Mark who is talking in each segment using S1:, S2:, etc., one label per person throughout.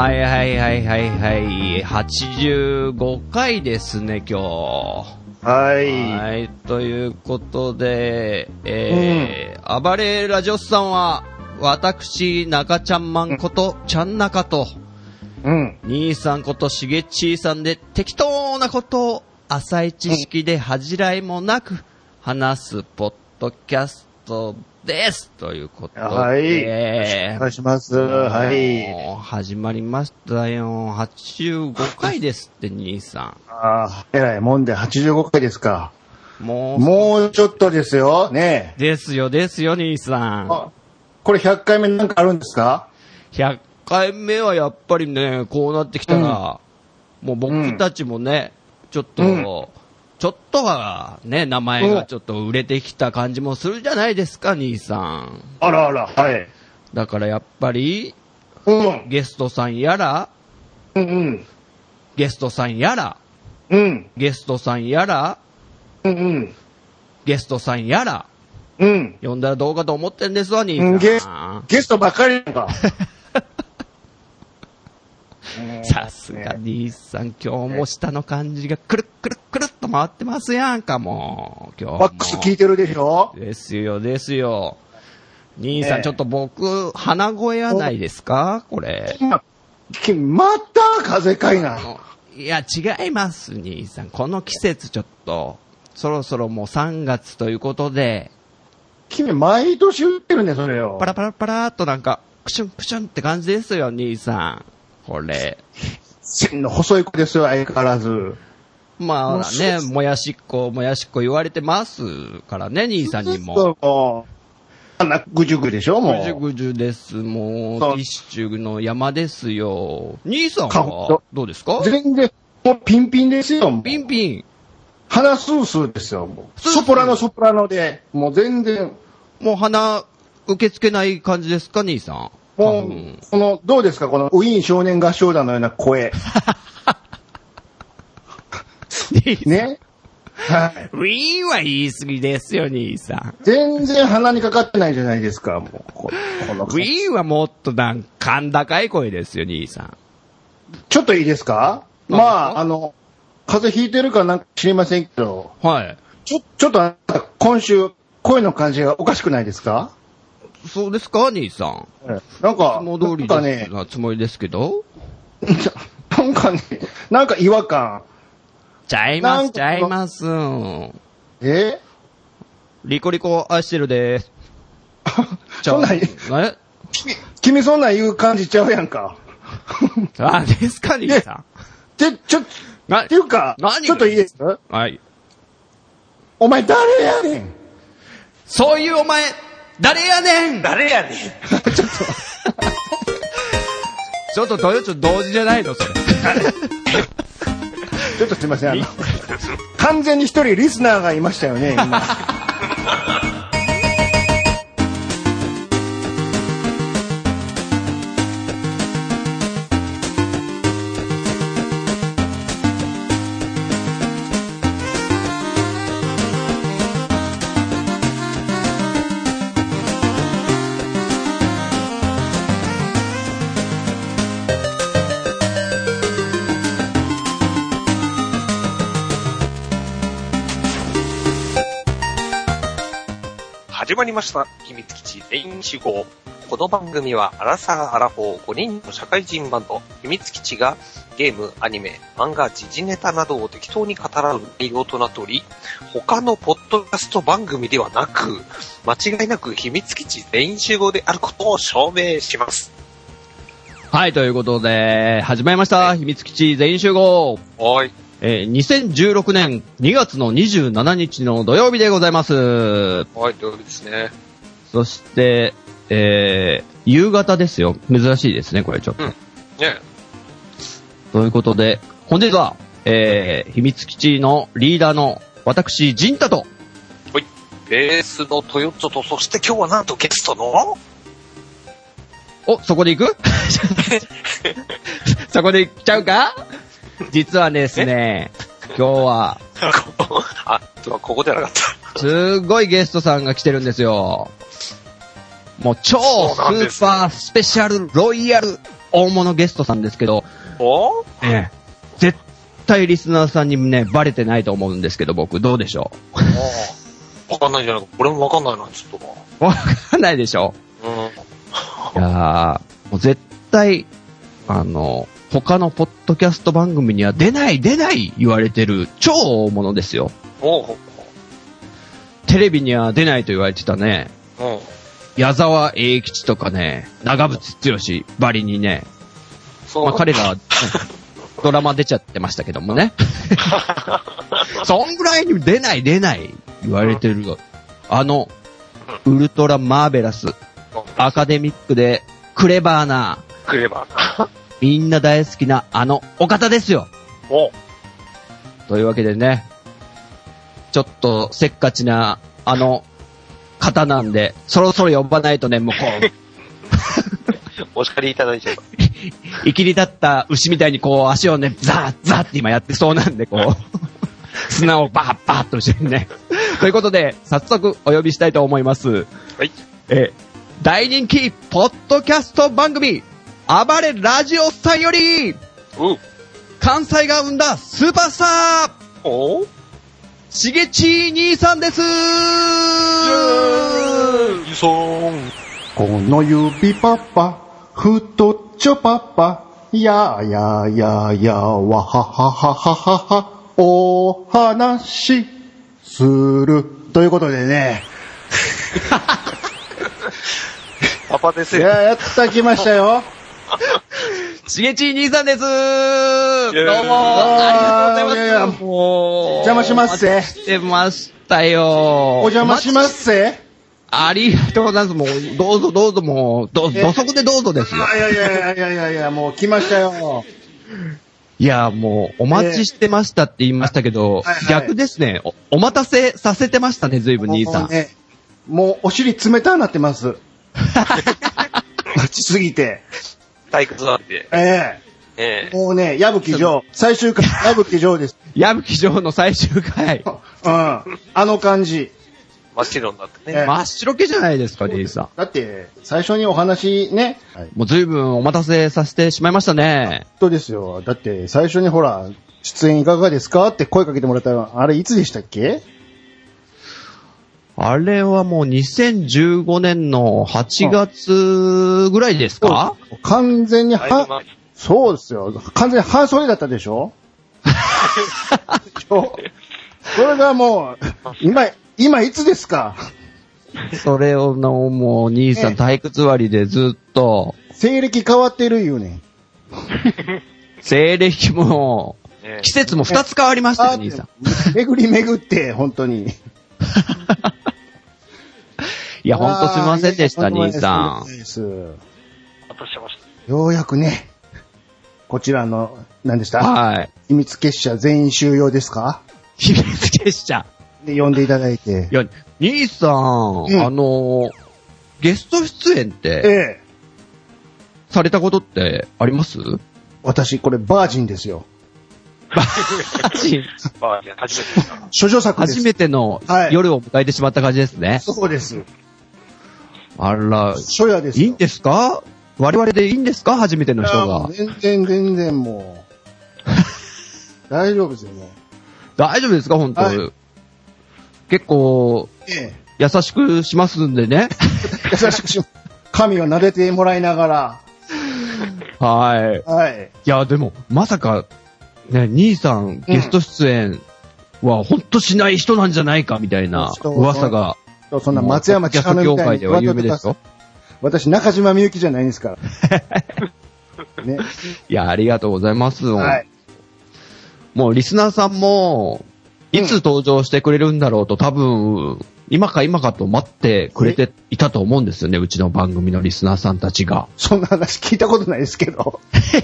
S1: はいはいはいはいはい。85回ですね、今日。
S2: はい。
S1: はい、ということで、暴れラジオスさんは、私、中ちゃんマンこと、ちゃん中と、兄さんことしげちーさんで適当なことを浅い知識で恥じらいもなく話すポッドキャストです。ということで。
S2: はい。お願いします。はい。
S1: 始まりましたよ。85回ですって、兄さん。
S2: ああ、偉いもんで85回ですか。
S1: も
S2: うちょっとですよ。ね
S1: え。ですよ、兄さん。
S2: これ100回目なんかあるんですか？
S1: 100回目はやっぱりね、こうなってきたら、もう僕たちもね、ちょっとはね、名前がちょっと売れてきた感じもするじゃないですか、兄さん。
S2: あらあら、はい。
S1: だからやっぱり、ゲストさんやら、ゲストさんやら、ゲストさんやら、ゲストさんやら、呼んだらどうかと思ってんですわ、兄さ
S2: ん。ゲストばっかりなんか。
S1: さすが兄さん、今日も下の感じがくるっくるっくるっと回ってますやんか、もう。今日も。
S2: ワックス効いてるでしょ？
S1: ですよ。兄さん、ちょっと僕、鼻声やないですかこれ。
S2: また風かいな。
S1: いや、違います、兄さん。この季節ちょっと、そろそろもう3月ということで。
S2: 君、毎年言ってるね、それを。
S1: パラパラパラーっとなんか、プシュンプシュンって感じですよ、兄さん。これ。
S2: 線の細い子ですよ、相変わらず。
S1: まあね、もやしっこ言われてますからね、兄さんにも。
S2: ぐじゅぐでしょ、もう。
S1: ぐじゅぐじゅです。もう、ティッシュの山ですよ。兄さんは、どうですか？
S2: 全然、もうピンピンですよ。
S1: ピンピン。
S2: 鼻スースーですよ、もう。ソプラノで、もう全然。
S1: もう鼻、受け付けない感じですか、兄さん。
S2: もう、どうですか、このウィーン少年合唱団のような声。ね。
S1: はい。ウィーンは言い過ぎですよ、兄さん。
S2: 全然鼻にかかってないじゃないですか、もう。こ
S1: のウィーンはもっと甲高い声ですよ、兄さん。
S2: ちょっといいですか？まあ、風邪ひいてるかなんか知りませんけど。
S1: はい。
S2: ちょっと今週、声の感じがおかしくないですか？
S1: そうですか、兄さん。
S2: なんか、
S1: いつも通りなつもりですけど。
S2: なんかね、なんか違和感。
S1: ちゃいます。リコリコ愛してるでーす。
S2: そんな君そんなん言う感じちゃうやんか。
S1: あ、ですか、兄さん。
S2: っていうか、ちょっといいですか？
S1: はい。
S2: お前誰やねん。
S1: そういうお前、誰やねん。ちょっと同時じゃないの、それ。
S2: ちょっとすいません、完全に一人リスナーがいましたよね、今。
S3: 始まりました。秘密基地全員集合。この番組はアラサー・アラフォー5人の社会人バンド、秘密基地がゲーム、アニメ、漫画、時事ネタなどを適当に語らう内容となっており、他のポッドキャスト番組ではなく、間違いなく秘密基地全員集合であることを証明します。
S1: はい、ということで、始まりました。秘密基地全員集合。
S3: はい。
S1: 2016年2月の27日の土曜日でございます。
S3: はい、土曜日ですね。
S1: そして、夕方ですよ。珍しいですね、これちょっと。
S3: ね。
S1: ということで、本日は、秘密基地のリーダーの私、ジンタと、
S3: はい。ベースのトヨッチョと、そして今日はなんとゲストの
S1: そこで行くそこで行っちゃうか？実はですね、今日は、
S3: ここじゃなかった。
S1: すごいゲストさんが来てるんですよ。もう超スーパースペシャルロイヤル大物ゲストさんですけど、
S3: お
S1: 絶対リスナーさんにね、バレてないと思うんですけど、僕、どうでしょ
S3: わかんないじゃないか。俺もわかんないな、ちょっと
S1: う。わかんないでしょいやー、もう絶対、他のポッドキャスト番組には出ない言われてる超大物ですよ。テレビには出ないと言われてたね。矢沢永吉とかね、長渕剛ばりにね、まあ彼らは、ドラマ出ちゃってましたけどもね。そんぐらいに出ない言われてる。ウルトラマーベラス、アカデミックでクレバーな、みんな大好きなお方ですよ。というわけでね、ちょっとせっかちな方なんで、そろそろ呼ばないとね、もうこう。
S3: お叱りいただいちゃう。
S1: 生きり立った牛みたいにこう足をね、ザーって今やってそうなんで、こう、砂をバーッと後ろにね。ということで、早速お呼びしたいと思います。
S3: はい。
S1: 大人気ポッドキャスト番組、暴れラジオさんより、関西が生んだスーパースター、しげち兄さんです。
S2: この指パパ、太っちょパパ、ややややわはははははは、お話する。ということでね。
S3: パパですよ。
S2: やった来ましたよ。
S1: しげち兄さんです。どうもありがとうございます。もう
S2: 邪魔しますぜ。
S1: してましたよ。
S2: お邪魔しますぜ。
S1: ありがとうございます。もう、どうぞ、もう、土足でどうぞですよ。
S2: いや、もう来ましたよ。
S1: いや、もう、お待ちしてましたって言いましたけど、逆ですね。お待たせさせてましたね、ずいぶん兄さん。
S2: もう、お尻冷たくなってます。待ちすぎて。
S3: 退屈なんで。
S2: もうね、矢吹城、最終回、矢吹城です。
S1: 矢吹城の最終回。
S2: 感じ。
S3: 真っ白になってね。
S1: 真っ白けじゃないですか、兄さん。
S2: だって、最初にお話ね。
S1: もう随分お待たせさせてしまいましたね。
S2: そうですよ。だって、最初にほら、出演いかがですかって声かけてもらったら、あれいつでしたっけ？
S1: あれはもう2015年の8月ぐらいですか？
S2: 完全にそうですよ。完全に半袖だったでしょ？それがもう、今いつですか？
S1: それをもう兄さん退屈割でずっと。
S2: 西暦変わってる言うねん。
S1: 西暦も、季節も2つ変わりましたよ、兄さん。
S2: 巡って、本当に。
S1: いや、ほんとすみませんでした、兄さん。
S2: ようやくね、こちらの、何でした？
S1: はい。
S2: 秘密結社全員収容ですか？
S1: 秘密結社。
S2: で、呼んでいただいて。
S1: いや、兄さん、ゲスト出演って、されたことってあります？
S2: 私、これバージンですよ。
S1: バージン
S3: 初めてですか？
S2: 処女作です。
S1: 初めての夜を迎えてしまった感じですね。
S2: そうです。
S1: あら、
S2: 初夜ですよ。
S1: いいんですか？我々でいいんですか？初めての人が。
S2: 全然もう。大丈夫ですよ、もう。
S1: 大丈夫ですか？本当、結構、優しくしますんでね。
S2: 優しくします。神を撫でてもらいながら。
S1: はい。いや、でも、まさか、ね、兄さん、ゲスト出演は、ほんとしない人なんじゃないか、みたいな噂が。
S2: そんな松山千春みたいに。
S1: 業界では有名ですよ。
S2: 私、中島みゆきじゃないんですから。ね。
S1: いや、ありがとうございます。もう、リスナーさんも、いつ登場してくれるんだろうと、多分、今かと待ってくれていたと思うんですよね、うちの番組のリスナーさんたちが。
S2: そんな話聞いたことないですけど。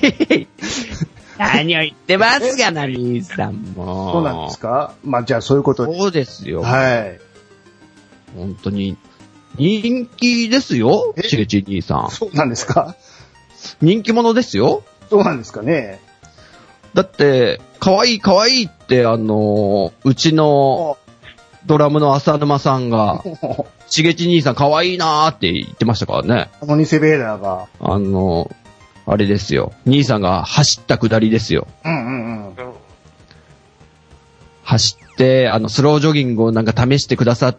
S1: 何を言ってますかな、兄さんも。
S2: そうなんですか？まあ、じゃあそういうこと
S1: で。そうですよ。
S2: はい。
S1: 本当に、人気ですよ、しげち兄さん。
S2: そうなんですか？
S1: 人気者ですよ。
S2: そうなんですかね。
S1: だって、かわいいって、うちのドラムの浅沼さんが、しげち兄さんかわいいなーって言ってましたからね。
S2: 偽ベーダーが。
S1: あれですよ。兄さんが走った下りですよ。走って、スロージョギングをなんか試してくださって、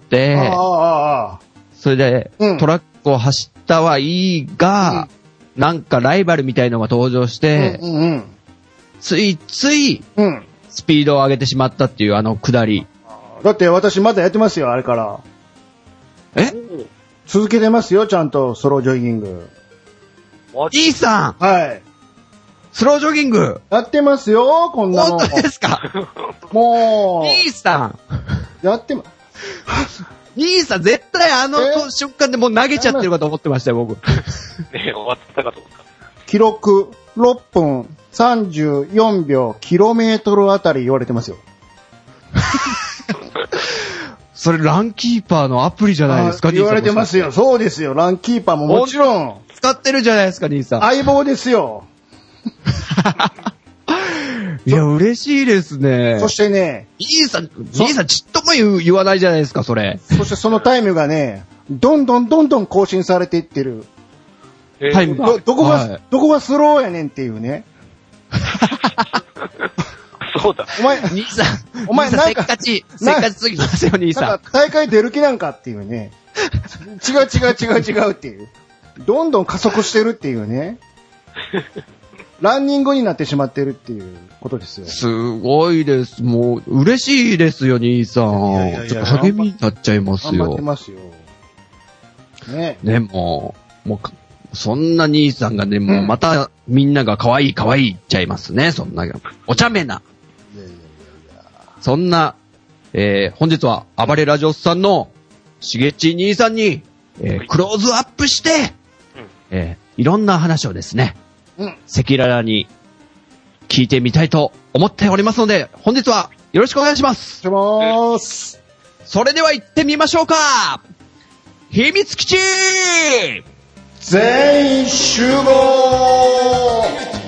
S1: それで、トラックを走ったはいいが、なんかライバルみたいのが登場して、ついつい、スピードを上げてしまったっていう下り。
S2: だって私まだやってますよ、あれから。続けてますよ、ちゃんとスロージョギング。
S1: 兄さん、
S2: はい。
S1: スロージョギング
S2: やってますよ、こんなの。
S1: 本当ですか？もう。兄さん。
S2: やって
S1: 兄さん、絶対瞬間でもう投げちゃってるかと思ってましたよ、僕。
S3: ねえ、終わったかと思った。
S2: 記録、6分34秒、キロメートルあたり言われてますよ。
S1: それ、ランキーパーのアプリじゃないですか、
S2: 言われてますよ。そうですよ。ランキーパーももちろん。
S1: 使ってるじゃないですか、兄さん。
S2: 相棒ですよ。
S1: いや、嬉しいですね。
S2: そしてね、
S1: 兄さんちっとも言わないじゃないですか、それ。
S2: そしてそのタイムがね、どんどん更新されていってる。
S1: タイムが。
S2: どこがスローやねんっていうね。
S3: そうだ。
S1: 兄さんせっかちすぎますよ、兄さん。
S2: なんか大会出る気なんかっていうね。違うっていう。どんどん加速してるっていうね。ランニングになってしまってるっていうことですよ。
S1: すごいです。もう、嬉しいですよ、兄さん。ちょっと励みになっちゃいますよ。
S2: 頑張ってますよ。ね。
S1: ね、もう、そんな兄さんがね、もうまたみんなが可愛い言っちゃいますね、そんな。お茶目な。そんな、本日は暴れラジオスさんのしげち兄さんに、クローズアップして、いろんな話をですね、赤裸々に聞いてみたいと思っておりますので、本日はよろしくお願いします。それでは行ってみましょうか。秘密基地
S2: 全員集合。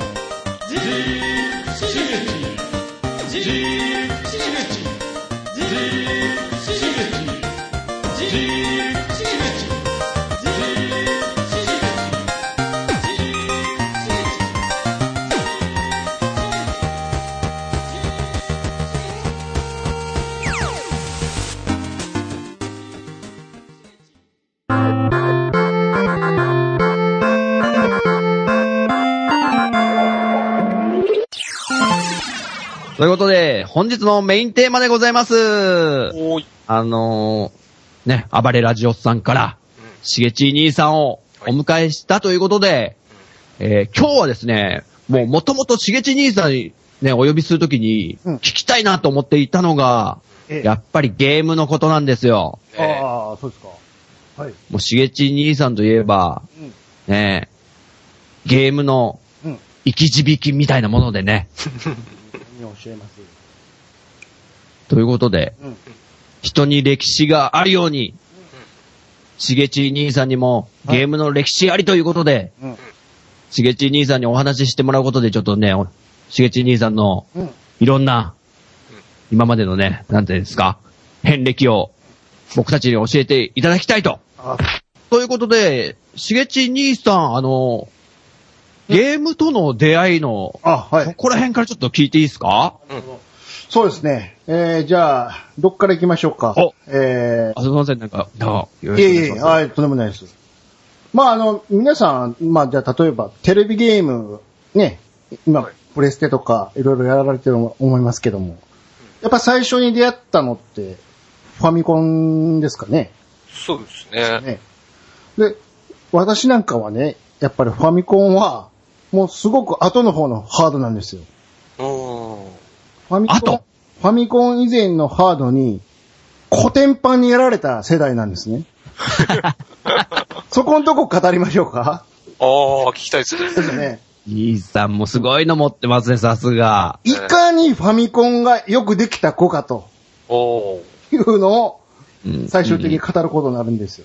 S1: ということで、本日のメインテーマでございます。
S3: おーい。
S1: ね、暴れラジオスさんから、しげち兄さんをお迎えしたということで、今日はですね、もともとしげち兄さんにね、お呼びするときに、聞きたいなと思っていたのが、やっぱりゲームのことなんですよ。
S2: ああ、そうですか。はい。
S1: もうしげち兄さんといえば、ね、ゲームの生き字引みたいなものでね。
S2: 教えます。
S1: ということで、人に歴史があるように、しげち兄さんにもゲームの歴史ありということで、しげち兄さんにお話ししてもらうことで、ちょっとね、しげち兄さんのいろんな、今までのね、なんていうんですか、遍歴を僕たちに教えていただきたいと。ということで、しげち兄さん、ゲームとの出会いの、そこら辺からちょっと聞いていいですか？
S2: そうですね。じゃあ、どっから行きましょうか。
S1: すみません、なんか、よろしくお願いします。
S2: とんでもないです。皆さん、じゃあ、例えば、テレビゲーム、ね、今、プレステとか、いろいろやられてると思いますけども、やっぱ最初に出会ったのって、ファミコンですかね。
S3: そうですね。
S2: で、私なんかはね、やっぱりファミコンは、もうすごく後の方のハードなんですよ。ファミコン以前のハードに、コテンパンにやられた世代なんですね。そこのとこ語りましょうか。
S3: 聞きたいですね。
S2: ですね。
S1: 兄さんもすごいの持ってますね、さすが。
S2: いかにファミコンがよくできた子かと。いうのを、最終的に語ることになるんですよ。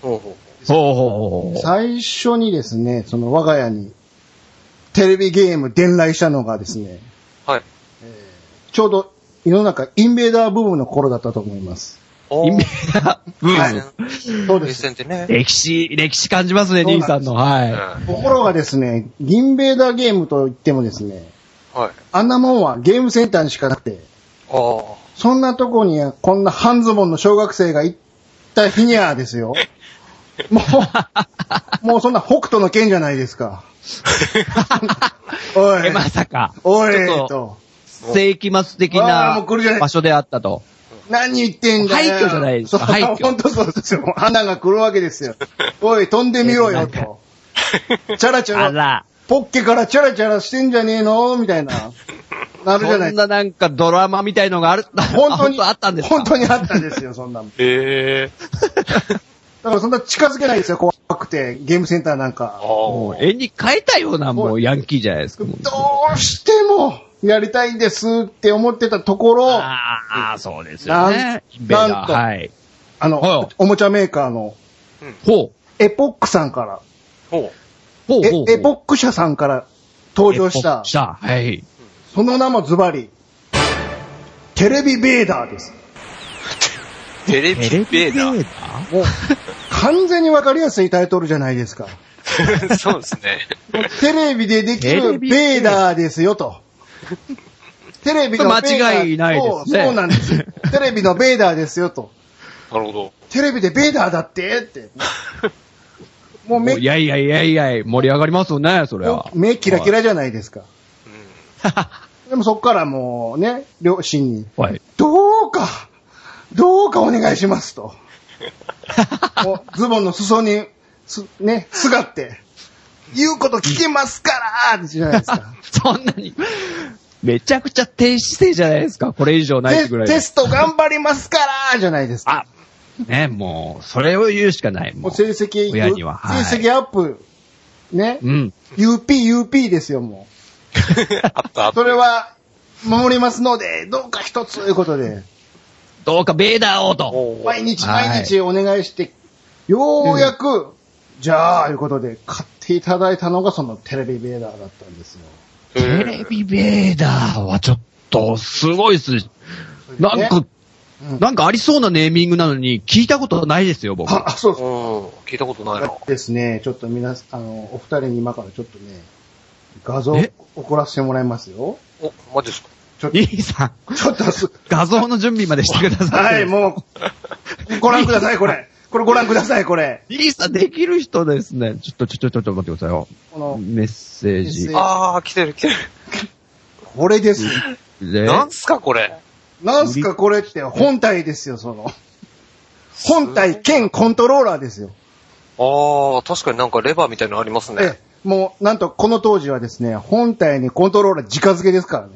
S2: 最初にですね、我が家に、テレビゲーム伝来したのがですね、
S3: はい。
S2: ちょうど世の中インベーダーブームの頃だったと思います。
S1: インベーダーブーム。
S2: そうです。
S1: 歴史感じますね、兄さんの。はい。
S2: ところがですね、インベーダーゲームと言ってもですね、
S3: はい。
S2: あんなもんはゲームセンターにしかなくて、そんなとこにこんな半ズボンの小学生が行った日にはですよ、もうそんな北斗の剣じゃないですか。おい。
S1: まさか。
S2: おい、と。
S1: 世紀末的な場所であったと。
S2: 何言ってんだよ。
S1: 廃墟じゃないですか。廃墟。
S2: 本当そうですよ。花が来るわけですよ。おい、飛んでみろよ、と。チャラチャラ。ポッケからチャラチャラしてんじゃねえのみたいな。なるじゃない。
S1: そんななんかドラマみたいのがある。
S2: 本当に
S1: あったんですか？
S2: 本当にあったんですよ、そんなの。だからそんな近づけないですよ、怖くて。ゲームセンターなんか。
S1: もう絵に描いたようなもうヤンキーじゃないですか。ど
S2: うしてもやりたいんですって思ってたところ。
S1: ああ、そうですよね。
S2: なんと、
S1: はい。
S2: おもちゃメーカーの、エポックさんから、エポック社さんから登場した、
S1: はい。
S2: その名もズバリ、テレビベーダーです。
S3: テレビベーダー
S2: もう、完全にわかりやすいタイトルじゃないですか。
S3: そうですね。
S2: テレビでできるベーダーですよと。テレビのベーダー。
S1: 間違いないですね。
S2: そうなんです。テレビのベーダーですよと。
S3: なるほど。
S2: テレビでベーダーだってって。
S1: もういや、盛り上がりますよね、それは。
S2: 目キラキラじゃないですか。でもそっからもうね、両親に、どうかお願いしますと。もうズボンの裾に、すがって、言うこと聞けますからってじゃないですか。
S1: そんなに、めちゃくちゃ低姿勢じゃないですか、これ以上ないってぐらい。
S2: テスト頑張りますからじゃないですか。
S1: ね、もう、それを言うしかない。
S2: もう成績、
S1: 親には。
S2: 成績アップ、ね。UP ですよ、もう。それは、守りますので、どうか一つということで。
S1: どうかベーダーをと。
S2: 毎日お願いして、ようやく、じゃあ、いうことで、買っていただいたのがそのテレビベーダーだったんですよ。
S1: テレビベーダーはちょっと、すごいっす。なんかありそうなネーミングなのに、聞いたことないですよ、僕。
S2: そうそ
S3: う。聞いたことないな。
S2: ですね、ちょっとお二人に今からちょっとね、画像送らせてもらいますよ。
S3: マジですか？
S1: 兄さん。ちょっと画像の準備までしてください。
S2: はい、もう、ご覧ください、これ。これご覧ください、これ。
S1: 兄さんできる人ですね。ちょっと待ってくださいよ。メッセージ。
S3: 来てる。
S2: これです。
S3: なんすか、これ。
S2: なんすか、これって、本体ですよ、本体兼コントローラーですよ。
S3: 確かになんかレバーみたいなのありますね。
S2: もう、なんと、この当時はですね、本体にコントローラー直付けですからね。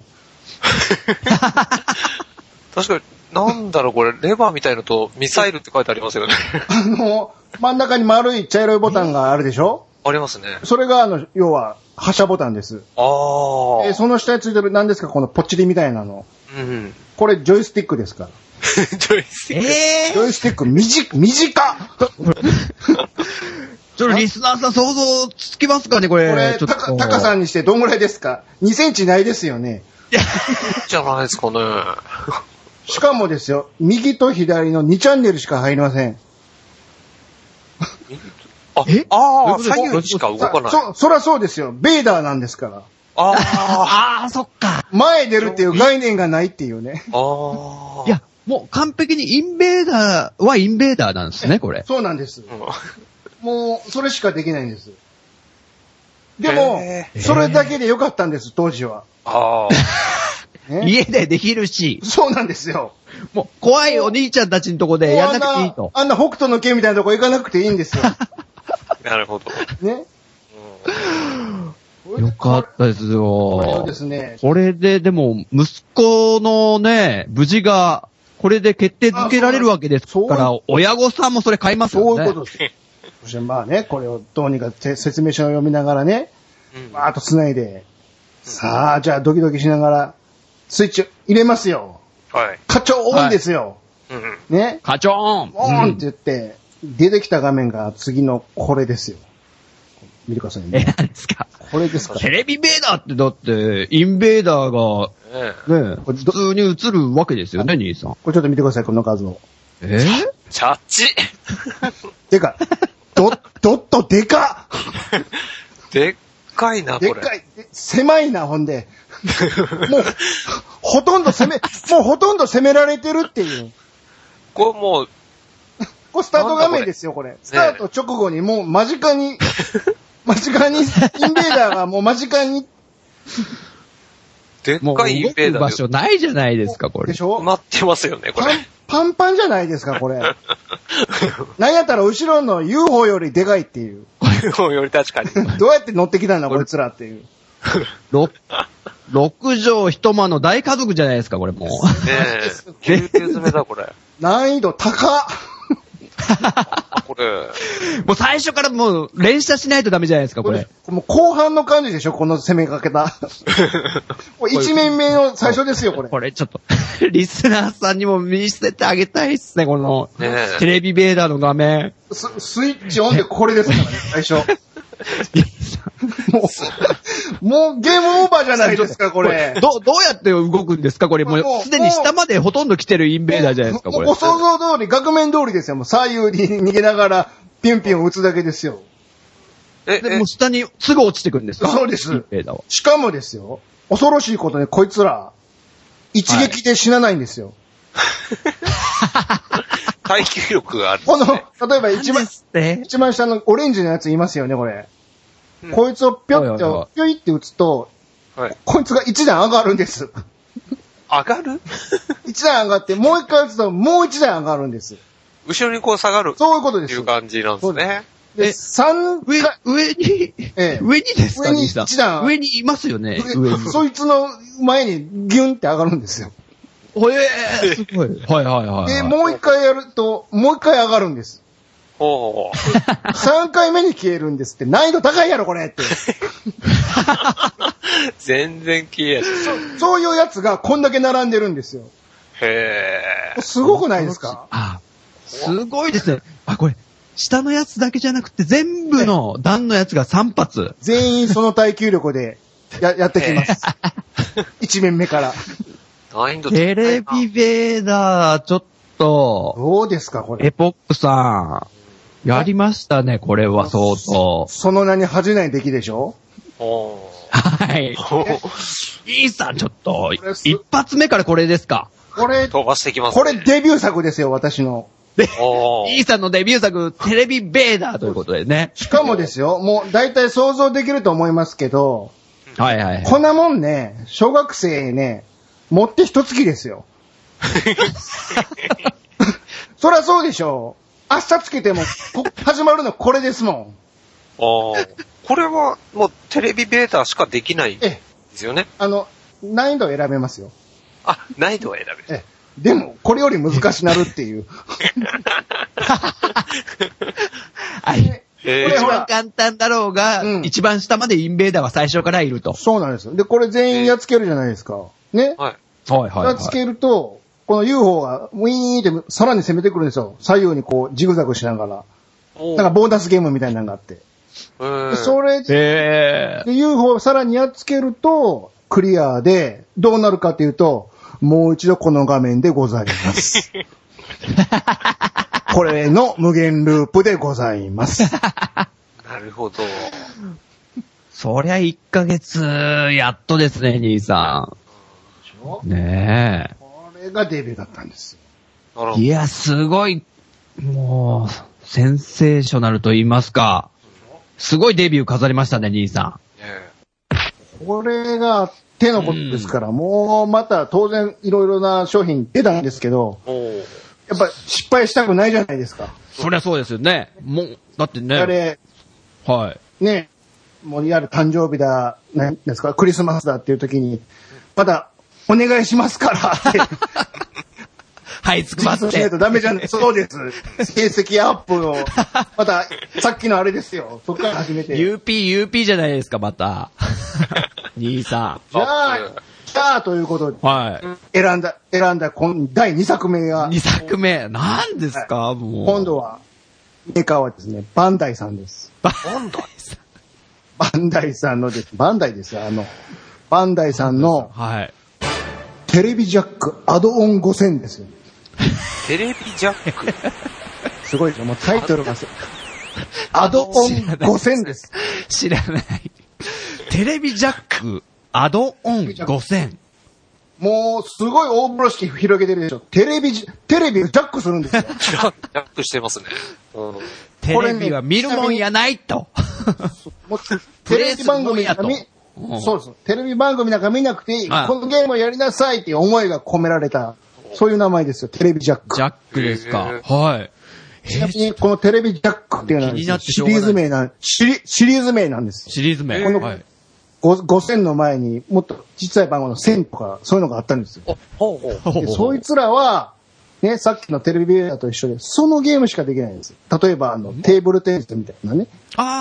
S3: 確かに、なんだろう、これ、レバーみたいのと、ミサイルって書いてありますよね。
S2: 真ん中に丸い茶色いボタンがあるでしょ？
S3: ありますね。
S2: それが、要は、発射ボタンです。その下についてる、何ですか、このポッチリみたいなの。これ、ジョイスティックですから。
S3: ジョイスティック。
S2: ジョイスティック、短っ
S1: ちょっとリスナーさん想像つきますかね、これ。
S2: これ、高さにしてどんぐらいですか？ 2 センチないですよね。
S3: じゃないですかね。
S2: しかもですよ、右と左の2チャンネルしか入りません。
S3: 左右しか動かない。
S2: そらそうですよ。ベーダーなんですから。
S1: そっか。
S2: 前出るっていう概念がないっていうね。
S1: いや、もう完璧にインベーダーはインベーダーなんですね、これ。
S2: そうなんです。もう、それしかできないんです。でも、それだけでよかったんです、当時は。
S1: 家でできるし。
S2: そうなんですよ。
S1: もう、怖いお兄ちゃんたちのとこでやんなくていいと。
S2: あんな北斗の剣みたいなとこ行かなくていいんですよ。
S3: なるほど。
S2: ね。
S1: よかったですよ。これで、でも、息子のね、無事が、これで決定づけられるわけですから、親御さんもそれ買いますよね。
S2: そういうことです。そしてまあね、これをどうにか説明書を読みながらね、バーッと繋いで、さあ、じゃあドキドキしながら、スイッチ入れますよ。課長オンですよ。ね。
S1: 課長オン
S2: オンって言って、出てきた画面が次のこれですよ。見てくださいね。
S1: 何ですか？
S2: これですか？
S1: テレビベーダーってだって、インベーダーが、ね、普通に映るわけですよね、兄さん。
S2: これちょっと見てください、この画像。
S3: チャッチ
S2: でかい。ドットでかっ
S3: でっかいな、これ。
S2: でっかい。狭いな、ほんで。もう、ほとんど攻められてるっていう。
S3: これもう、
S2: これスタート画面ですよ、これ。スタート直後にもう間近に、インベーダーがもう間近に。
S3: でっかいインベーダー
S1: 場所ないじゃないですか、これ。
S2: でしょ
S3: 埋まってますよね、これ。
S2: パンパンじゃないですか、これ。なんやったら後ろの UFO よりでかいっていう。
S3: より確かに。
S2: どうやって乗ってきたんだ、こいつらっていう。
S1: 6畳一間の大家族じゃないですか、これもう。
S3: ねえ。ぎゅうぎゅう詰めだ、これ。
S2: 難易度高っ。
S3: これ。
S1: もう最初からもう連射しないとダメじゃないですか、これ。
S2: もう後半の感じでしょ、この攻めかけた。もう一面目の最初ですよ、これ。
S1: これちょっと、リスナーさんにも見せてあげたいっすね、この、テレビベーダーの画面。
S2: スイッチオンでこれですからね、最初。もうゲームオーバーじゃないですか、これ。
S1: どうやって動くんですか、これ。もうすでに下までほとんど来てるインベーダーじゃないですか、これ。
S2: ご想像通り、額面通りですよ。もう左右に逃げながら、ピュンピュン打つだけですよ。
S1: で、もう下にすぐ落ちてくるんですか？
S2: そうです。
S1: インベーダーは。
S2: しかもですよ、恐ろしいことね、こいつら、一撃で死なないんですよ。
S3: 耐久力があるんですね。
S2: 例えば一番下のオレンジのやついますよね、これ。こいつをぴょいって打つと、こいつが一段上がるんです。
S3: 上がる？
S2: 一段上がって、もう一回打つと、もう一段上がるんです。
S3: 後ろにこう下がる。
S2: そういうことです。
S3: っていう感じなんですね。
S2: で、
S1: 上にですか？
S2: 上に一段。
S1: 上にいますよね、上に。
S2: そいつの前にギュンって上がるんですよ。
S1: すごい。はい。
S2: で、もう一回やると、もう一回上がるんです。
S3: ほう。
S2: 3回目に消えるんですって。難易度高いやろ、これって。
S3: 全然消えない。
S2: そういうやつがこんだけ並んでるんですよ。
S3: へー。
S2: すごくないですか？
S1: すごいですね。これ、下のやつだけじゃなくて全部の段のやつが3発。
S2: 全員その耐久力でやってきます。1面目から。
S3: 難易度
S1: テレビベーダー、ちょっと。
S2: どうですか、これ。
S1: エポックさん。やりましたね、これは相当。
S2: その名に恥じない出来でしょ？
S1: はい。イーさん、ちょっと、一発目からこれですか？
S3: 飛ばしてきますね。
S2: これデビュー作ですよ、私の。
S1: イーさんのデビュー作、テレビベーダーということでね。
S2: しかもですよ、もう大体想像できると思いますけど、
S1: はい。
S2: こんなもんね、小学生ね、持って一月ですよ。そりゃそうでしょう。明日つけても、始まるのこれですもん。
S3: これはもうテレビベーターしかできないんですよね。
S2: 難易度を選べますよ。
S3: 難易度を選べる。
S2: でも、これより難しなるっていう。
S1: はい。一番簡単だろうが、一番下までインベーダーは最初からいると。
S2: そうなんですよ。で、これ全員やっつけるじゃないですか。ね。
S3: はい。
S2: やっつけると、この UFO がウィーンってさらに攻めてくるんですよ。左右にこうジグザグしながら。なんかボーナスゲームみたいなのがあって。それで、UFO をさらにやっつけると、クリアで、どうなるかというと、もう一度この画面でございます。これの無限ループでございます。
S3: なるほど。
S1: そりゃ1ヶ月、やっとですね、兄さん。ねえ。
S2: これがデビューだったんです。
S1: いや、すごい、もう、センセーショナルと言いますか。すごいデビュー飾りましたね、兄さ
S2: ん。これが手のことですから、もうまた当然いろいろな商品出たんですけど、やっぱ失敗したくないじゃないですか。
S1: そりゃそうですよね。もう、だってね。
S2: あれ、
S1: はい。
S2: ね、もうやる誕生日だ、何ですか、クリスマスだっていう時に、またお願いしますからって。
S1: はい、つくばって。
S2: しないとダメじゃない。そうです。成績アップを。また、さっきのあれですよ。そっから始めて。
S1: UP じゃないですか、また。兄さん。
S2: じゃあ、ということで。
S1: はい。
S2: 選んだ、第2作目が。
S1: 2作目。何ですか、もう。
S2: 今度は、メーカーはですね、バンダイさんです。
S3: バンダイさん
S2: バンダイさんのです。バンダイですよ。バンダイさんの、
S1: はい。
S2: テレビジャックアドオン5000ですよ。
S3: テレビジャック。
S2: すごいでしょ、もうタイトルがアドオン5000です。
S1: 知らない。テレビジャック、アドオン5000。
S2: もう、すごい大風呂敷広げてるでしょ。テレビをジャックするんですよ。
S3: ジャックしてますね。うん、
S1: テレビは見るもんやないと。
S2: テレビ番組なんかそうです。テレビ番組なんか見なくていい。このゲームをやりなさいっていう思いが込められた、そういう名前ですよ。テレビジャック。
S1: ジャックですか。はい。
S2: ちなみに、このテレビジャックっていうのは、シリーズ名なんです。
S1: シリーズ名。
S2: この、はい、5000の前にもっと小さい番号の1000とかそういうのがあったんですよ。でそいつらは、ね、さっきのテレビベータと一緒で、そのゲームしかできないんです。例えば、テーブルテニスみたいなね。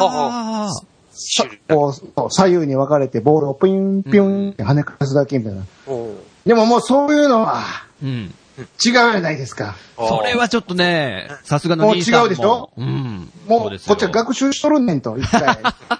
S2: こう左右に分かれてボールをピュンピュンって跳ね返すだけみたいな。でももうそういうのは、違うじゃないですか。
S1: それはちょっとね、さすがの兄さんも。
S2: もう違うでしょもう、こっちは学習しとるねんと、一回。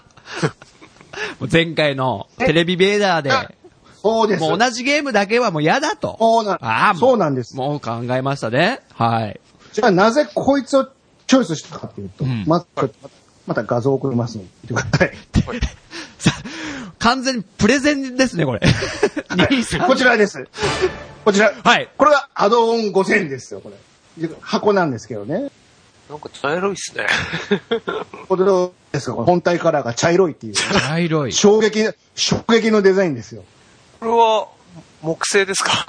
S1: 前回のテレビベーダーで、
S2: そうです。
S1: もう同じゲームだけはもう嫌だと。
S2: そうなんです。
S1: もう考えましたね。はい。
S2: じゃあなぜこいつをチョイスしたかっていうと、また画像送りますので、見てください。
S1: 完全にプレゼンですね、これ。
S2: こちらです。こちら。
S1: はい。
S2: これがアドオン5000ですよ、これ。箱なんですけどね。
S3: なんか茶色いっすね。
S2: これどうですか、これ本体カラーが茶色いっていう。
S1: 茶色い。
S2: 衝撃のデザインですよ。
S3: これは、木製ですか？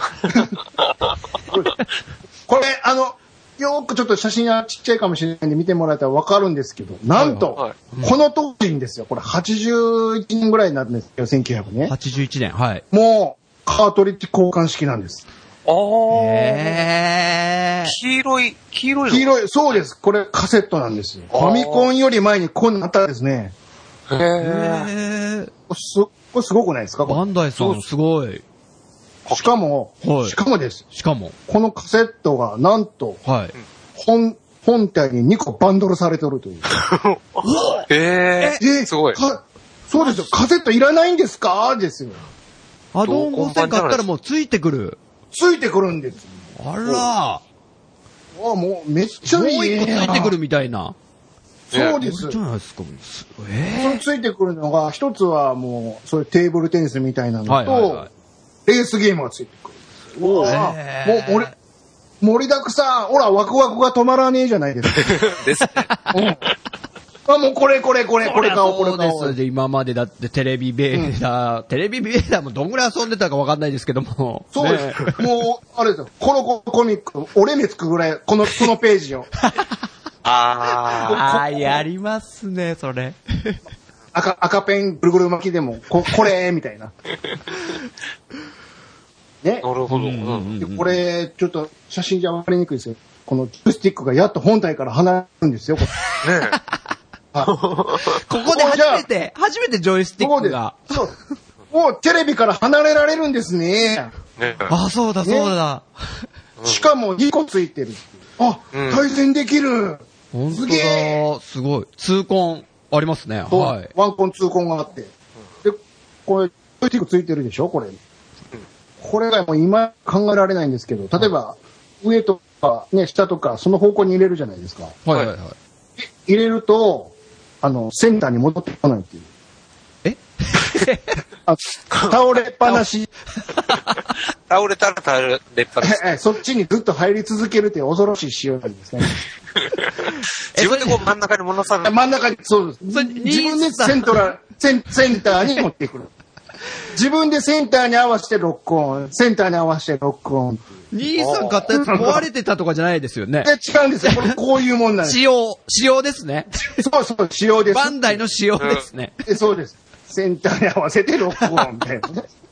S2: これ、よーくちょっと写真はちっちゃいかもしれないんで見てもらえたらわかるんですけど、なんと、この当時にですよ、これ81年ぐらいになるんですよ、1900ね。
S1: 81年、はい。
S2: もう、カートリッジ交換式なんです。
S3: 黄色い、
S2: そうです。これカセットなんですよ。ファミコンより前にこうなったんですね。これすごくないですか？
S1: バンダイさん、すごい。
S2: しかもです。このカセットがなんと、本体に2個バンドルされてるという。
S3: すごい。
S2: そうですよ。カセットいらないんですかですよ。
S1: アドオン5000買ったらもうついてくる。
S2: ついてくるんです。
S1: あら。
S2: もうめっちゃいい。
S1: もう一個ついてくるみたいな。
S2: そうです。
S1: じゃないですか。
S2: それついてくるのが、一つはもう、そういうテーブルテニスみたいなのと、レースゲームがついてくる。もう盛りだくさん、ほら、ワクワクが止まらねえじゃないですか。
S3: ですね。
S2: もうこれ買おう。
S1: そうです。今までだってテレビベーダーもどんぐらい遊んでたかわかんないですけども。
S2: そうです。もう、あれですよ。コロコロコミック、折れ目つくぐらい、このページを。
S1: やりますね、それ。
S2: 赤ペンぐるぐる巻きでも、これみたいな。ね。
S3: なるほど。
S2: これ、ちょっと写真じゃわかりにくいですよ。このジョイスティックがやっと本体から離れるんですよ。ね。
S1: ここで初めてジョイスティックが。
S2: そう。もうテレビから離れられるんですね。
S1: そうだ。
S2: しかも2個ついてる。対戦できる。すげえ。
S1: すごい。痛恨ありますね。はい。
S2: ワンコン、ツーコンがあって。で、これ、ジョイスティックついてるでしょこれ。これがもう今考えられないんですけど、例えば、上とかね、下とか、その方向に入れるじゃないですか。入れると、センターに戻ってこないっていう。倒れっぱなし。
S3: 倒れたら倒れっぱなし。
S2: そっちにずっと入り続けるっていう恐ろしい仕様なんですね。
S3: 自分でこう真ん中に戻さない。
S2: 真ん中に、そうです。自分でセンターに持ってくる。自分でセンターに合わせてロックオン。センターに合わせてロックオン。
S1: 兄さん買ったやつ壊れてたとかじゃないですよね。
S2: 違うんですよ。こういうもんなんです。
S1: 仕様ですね。
S2: そう、仕様です。
S1: バンダイの仕様ですね。
S2: そうです。センターに合わせてロックオンみたいな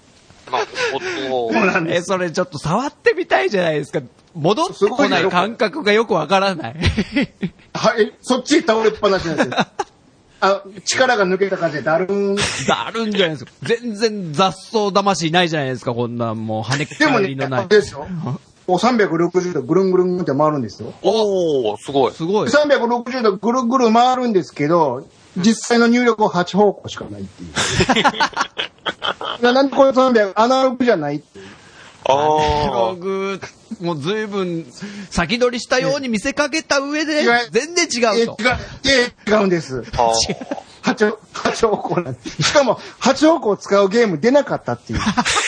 S2: ね。
S1: それちょっと触ってみたいじゃないですか。戻ってこない感覚がよくわからない。
S2: そっち倒れっぱなしなんですよ。力が抜けた感じでだるんじ
S1: ゃないですか。全然雑草魂ないじゃないですか、こんなんもう跳ね返りのない。
S2: でもね、ですよ。360度ぐるんぐるんって回るんですよ。
S3: すごい。
S2: 360度ぐるぐる回るんですけど、実際の入力は8方向しかないっていう。なんでこれ300、アナログじゃないっていう。
S3: あ
S1: 僕、もう随分先取りしたように見せかけた上で、全然違うと。
S2: 違うんです。
S3: あ。
S2: 8方向なんです。しかも、8方向を使うゲーム出なかったっていう。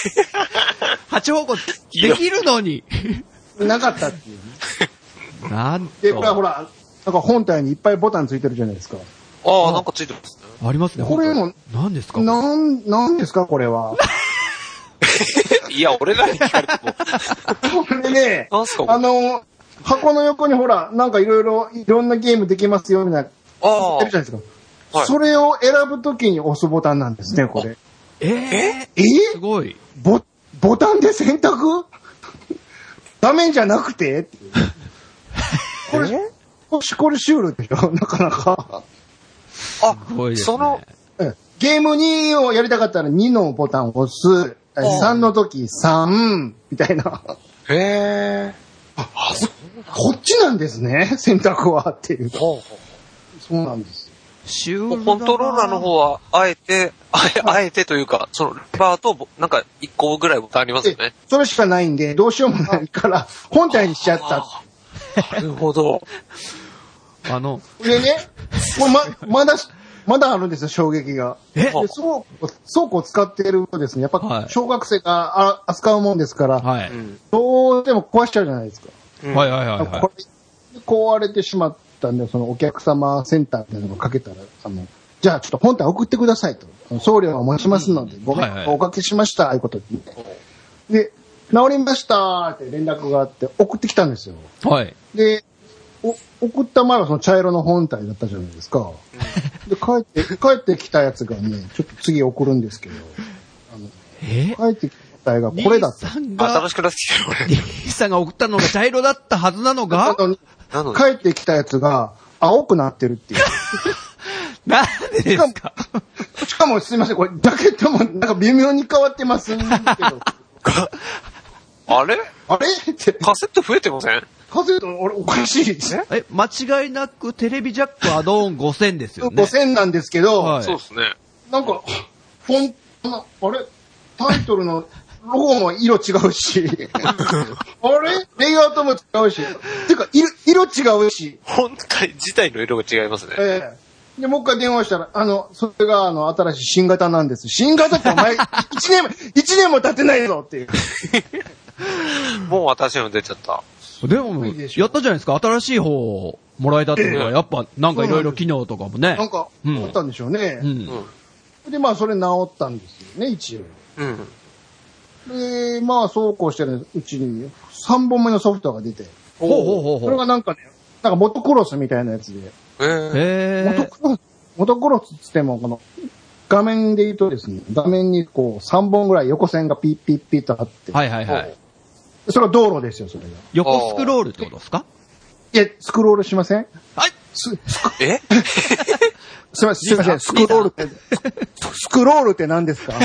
S1: 8方向できるのに。
S2: なかったっていう。
S1: なんと。
S2: で、ほら、なんか本体にいっぱいボタンついてるじゃないですか。
S3: ああ、なんかついてますね。
S1: ありますね。
S2: これも、
S1: 何ですか？
S2: なんですかこれは。
S3: いや、俺らに聞かれても。
S2: これね、
S3: なんすか
S2: 箱の横にほら、なんかいろんなゲームできますよ、みたいな。
S3: あ
S2: やるじゃないですか。
S3: はい
S2: それを選ぶときに押すボタンなんですね、これ。
S1: すごい。
S2: ボタンで選択画面じゃなくてこれシュールでしょなかなか。
S3: あ、
S1: すごいですね。
S3: その、
S2: ゲーム2をやりたかったら2のボタンを押す。3の時3みたいな。
S3: へえ。あ、
S2: こっちなんですね、選択はっていう。そうなんです。
S3: コントローラーの方は、あえてというか、その、レバーと、なんか、1個ぐらいボタンありますよね。
S2: それしかないんで、どうしようもないから、本体にしちゃった。
S3: なるほど。
S2: でね、これまだあるんですよ、衝撃が。で倉庫を使っているとですね、やっぱ、小学生が扱うもんですから、
S1: はい。
S2: どうしても壊しちゃうじゃないですか。
S1: はいはいはいはい。
S2: これ、壊れてしまったんで、そのお客様センターみたいなのをかけたら、じゃあちょっと本体送ってくださいと。送料は持ちますので、ごめん、おかけしました、ああいうこと言って。で、治りましたって連絡があって送ってきたんですよ。
S1: はい。
S2: で、送った前はその茶色の本体だったじゃないですか。で、帰ってきたやつがね、ちょっと次送るんですけど、帰ってきた本体がこれだった。
S3: 新しくなってきてる、俺。
S1: リーさんが送ったのが茶色だったはずなのが
S2: 帰ってきたやつが青くなってるっていう。
S1: なんでですか？
S2: しかもすいません、これ、ジャケットもなんか微妙に変わってますけど。
S3: あれ
S2: って。
S3: カセット増えてません？
S2: カセット、おかしいですね。
S1: 間違いなくテレビジャックアドオン5000ですよね。
S2: 5000なんですけど、
S3: そうですね。
S2: なんか、タイトルのロゴも色違うし、レイアウトも違うし、てか、色違うし。
S3: 本体自体の色が違いますね。
S2: で、もう一回電話したら、それが、新しい新型なんです。新型ってお前、1年も経ってないぞっていう。
S3: もう私の出ちゃった。
S1: でも、やったじゃないですか。新しい方をもらえたってことは、やっぱ、なんかいろいろ機能とかもね。
S2: なんか、あったんでしょうね。で、まあ、それ直ったんですよね、一応。で、まあ、そうこうしてるうちに、3本目のソフトが出て。それがなんかね、なんかモトクロスみたいなやつで。モトクロスって言っても、この、画面で言うとですね、画面にこう、3本ぐらい横線がピッピッピッとあって。
S1: はいはいはい。
S2: それは道路ですよ、それが。
S1: 横スクロールってことですか？
S2: いや、スクロールしません？
S1: はい
S2: すいません、スクロールって何ですか？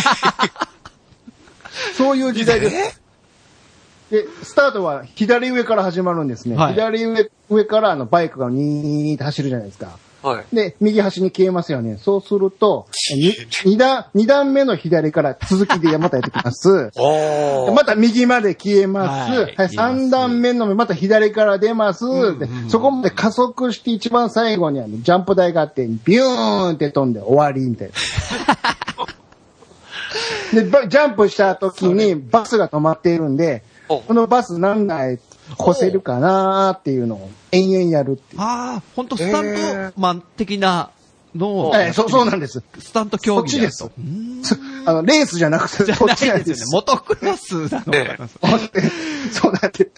S2: そういう時代です。で、スタートは左上から始まるんですね。左上からバイクがニーって走るじゃないですか。で、右端に消えますよね。そうすると、2段目の左から続きでまたやってきます。また右まで消えます。3段目のまた左から出ます。でそこまで加速して一番最後にジャンプ台があって、ビューンって飛んで終わりみたいな。で、ジャンプした時にバスが止まっているんで、このバス何台越せるかなーっていうのを延々やるっていう。
S1: 本当スタントマン的なのを。
S2: そうなんです。
S1: スタント競技だと。
S2: そっちです。レースじゃなくて、そっちなんですよね。
S1: モトクロスなのかな。
S2: そうなんです。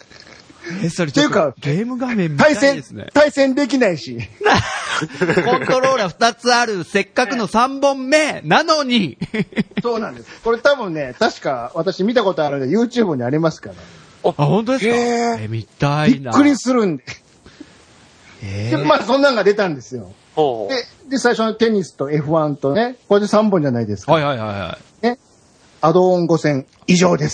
S1: それちょっとゲーム画面見たいですね。
S2: 対戦できないし。
S1: コントローラー2つある、せっかくの3本目なのに。
S2: そうなんです。これ多分ね、確か私見たことあるんで YouTube にありますから。
S1: 本当ですか？見たいな。
S2: びっくりするんで。で、まあそんなんが出たんですよ。で、最初のテニスと F1 とね、これで3本じゃないですか。ね。アドオン5000以上です。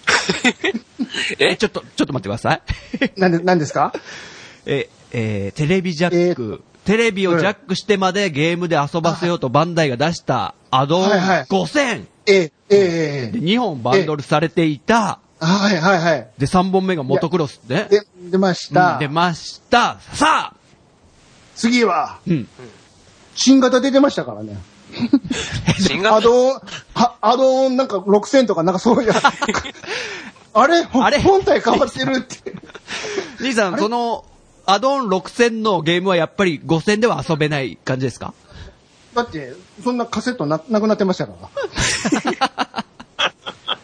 S1: ちょっと待ってください。
S2: 何ですか？
S1: テレビジャック。テレビをジャックしてまでゲームで遊ばせようとバンダイが出したアドオン5000。で2本バンドルされていた
S2: はいはいはい。
S1: で、3本目がモトクロスね。
S2: 出ました、
S1: 出ました。さあ
S2: 次は、新型出てましたからね。
S3: 新型
S2: アドオンなんか6000とかなんかそういう。あれ本体変わってるって。
S1: 兄さん、その、アドオン6000のゲームはやっぱり5000では遊べない感じですか？
S2: だって、そんなカセットなくなってましたから。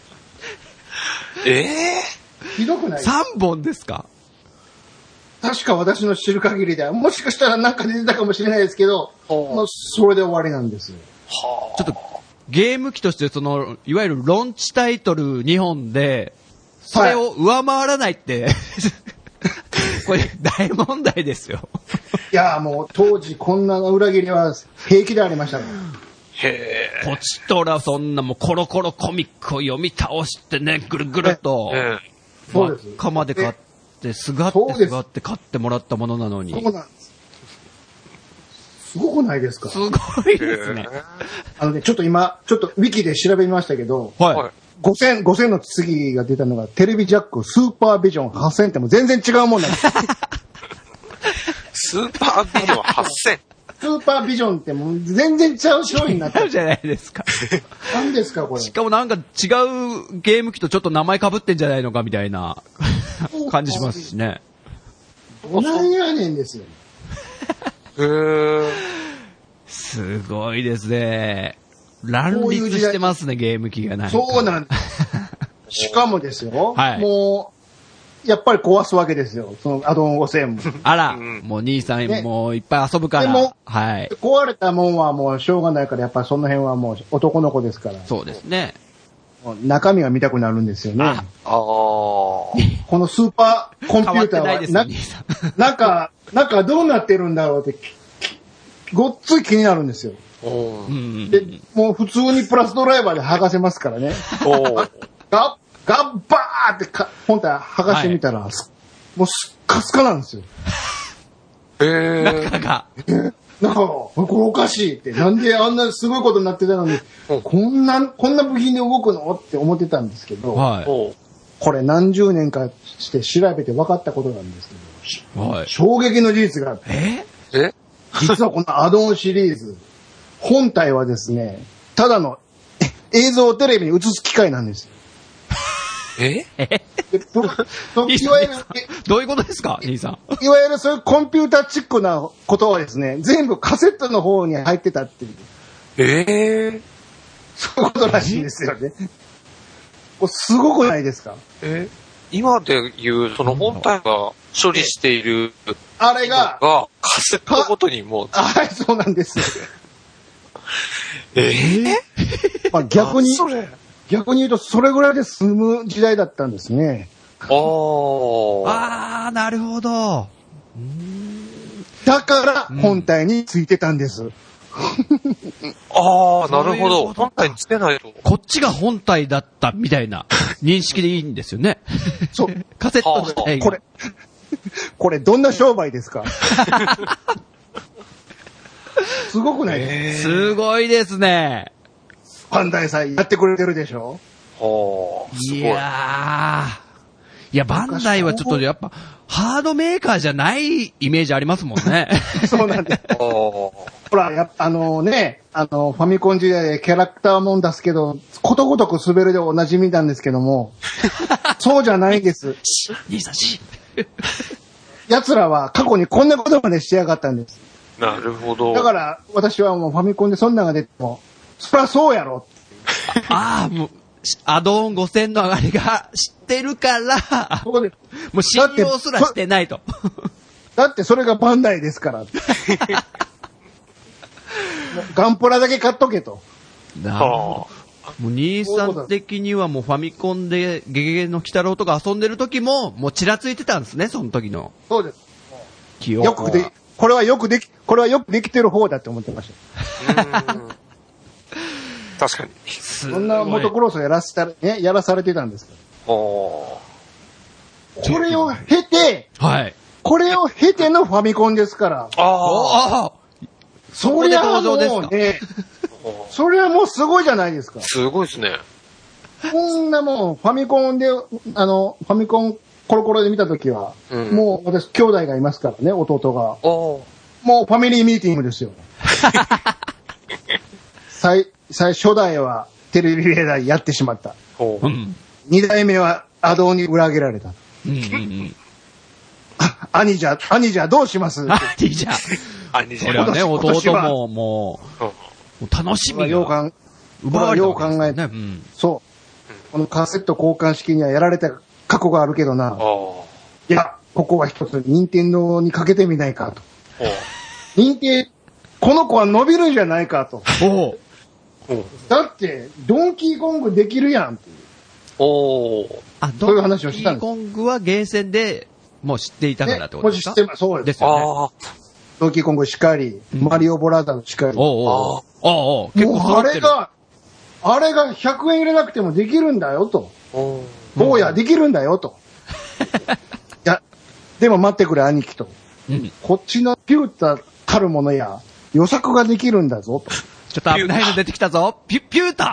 S2: ひどくない？
S1: 3 本ですか？
S2: 確か私の知る限りでは、もしかしたらなんか出てたかもしれないですけど、もうそれで終わりなんですよ。
S1: ちょっと、ゲーム機としてその、いわゆるロンチタイトル2本で、それを上回らないって、これ大問題ですよ。
S2: いや、もう当時こんな裏切りは平気でありましたから。
S3: へ
S1: こちとらそんなもうコロコロコミックを読み倒してね、ぐるぐると、
S2: そうです。
S1: 輪っかまで買って、すがって買ってもらったものなのに。
S2: そうなんです。すごくないですか？
S1: すごいですね。
S2: ちょっと今、ウィキで調べましたけど、
S1: はい。
S2: 5000の次が出たのがテレビジャックスーパービジョン8000っても全然違うもんなんです。
S3: スーパービジョン8000。
S2: スーパービジョンってもう全然違う商品になって
S1: るじゃないですか。
S2: 何ですかこれ。
S1: しかもなんか違うゲーム機とちょっと名前被ってんじゃないのかみたいな感じしますしね。
S2: どないやねんですよ。
S1: すごいですね。乱立してますね、ゲーム機がない。
S2: そうなんです。しかもですよ、
S1: はい、
S2: もう、やっぱり壊すわけですよ。そのアドオン5000も。
S1: あら、もう兄さん、ね、もういっぱい遊ぶから。でも、はい。
S2: 壊れたもんはもうしょうがないから、やっぱりその辺はもう男の子ですから。
S1: そうですね。
S2: 中身が見たくなるんですよね。
S3: こ
S2: のスーパーコンピューターは、中どうなってるんだろうって、ごっつい気になるんですよ。で、もう普通にプラスドライバーで剥がせますからね。ガッバーって本体剥がしてみたら、もうスッカスカなんですよ。
S1: 中が。
S2: これおかしいって。なんであんなすごいことになってたのに、こんな部品で動くのって思ってたんですけど、これ何十年かして調べて分かったことなんですけど、衝撃の事実があって、実はこのアドオンシリーズ、本体はですね、ただの映像をテレビに映す機械なんですよ。
S1: いわゆる、どういうことですか、兄さん。
S2: いわゆるそういうコンピューターチックなことはですね、全部カセットの方に入ってたっていう。そういうことらしいんですよね。これすごくないですか？
S3: 今でいう、その本体が処理している、
S2: あれが、
S3: カセットごとにもう。
S2: はい、そうなんですよ。まあ逆に言うと、それぐらいで済む時代だったんですね。
S1: ああ、なるほど。
S2: だから、本体についてたんです。
S3: なるほど。本体につけないと。
S1: こっちが本体だったみたいな認識でいいんですよね。そう。カセット自体が。
S2: これどんな商売ですか？すごくないです
S1: か？すごいですね。
S2: バンダイさんやってくれてるでしょ？
S1: いやバンダイはちょっとやっぱハードメーカーじゃないイメージありますもんね。
S2: そうなんです。ほら、ファミコン時代でキャラクターもん出すけど、ことごとく滑るでおなじみなんですけども、そうじゃないんです。奴らは過去にこんなことまでしてやがったんです。
S3: なるほど。
S2: だから私はもうファミコンでそんなのが出ても、そりゃそうやろ。
S1: もう、アドオン5000の上がりが知ってるから、もう信用すらしてないと。
S2: だってそれがバンダイですから。ガンプラだけ買っとけと。
S1: もう兄さん的にはもうファミコンでゲゲゲの鬼太郎とか遊んでる時も、もうちらついてたんですね、その時の。
S2: そうです。これはよくできてる方だって思ってました。
S3: 確かに。
S2: そんなモトクロスをやらされてたんですから。これを経て、これを経てのファミコンですから。そりゃもうね、それはもうすごいじゃないですか。
S3: すごいですね。
S2: こんなもん、ファミコンで、ファミコンコロコロで見たときは、もう私、兄弟がいますからね、弟が。もうファミリーミーティングですよ。初代はテレビレーダーやってしまった。二代目はアドオに裏切られた。兄じゃどうします？
S1: 兄じゃ。それはね、弟もう楽しみが奪われたわけですね。
S2: そう。このカセット交換式にはやられた過去があるけどな。いや、ここは一つ、任天堂にかけてみないかと。この子は伸びるんじゃないかと。だって、ドンキーコングできるやんっていう。
S1: そう
S2: いう話をしたんです。
S1: ドンキーコングはゲーセンでもう知っていたからってことですか？
S2: そう
S1: ですよね。
S2: ドンキーコングしかり、マリオブラザーズしかり。
S1: 結構揃ってる。
S2: あれが100円入れなくてもできるんだよと。坊やできるんだよと。いや、でも待ってくれ兄貴と。こっちのピュータたるものや予測ができるんだぞと。
S1: ちょっと危ないの出てきたぞ。ピュータ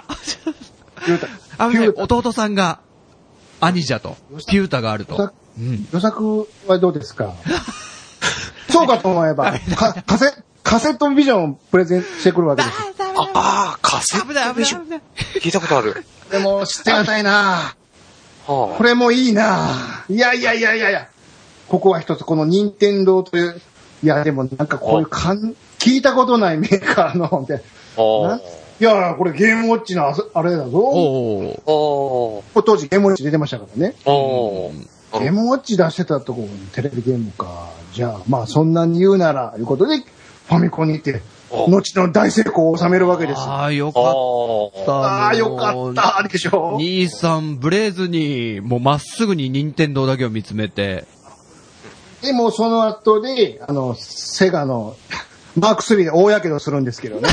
S1: 弟さんが兄じゃと。ピュータがあると。
S2: 予測はどうですか？そうかと思えば、カセットビジョンをプレゼンしてくるわけですよ。
S3: カセットビジョン。聞いたことある。
S2: でも知ってやたいな。これもいいな。いや。ここは一つ、この任天堂という、いや、でもなんかこういう聞いたことないメーカーの、いや、これゲームウォッチのあれだぞ。当時ゲームウォッチ出てましたからね。ゲームウォッチ出してたところにテレビゲームか。じゃあ、まあそんなに言うなら、いうことで、ファミコンに行って、後の大成功を収めるわけです。
S1: よかった。
S2: よかったでしょ。
S1: 兄さん、ブレーズに、もうまっすぐに任天堂だけを見つめて。
S2: でもその後で、セガの、マーク3で大やけどするんですけどね。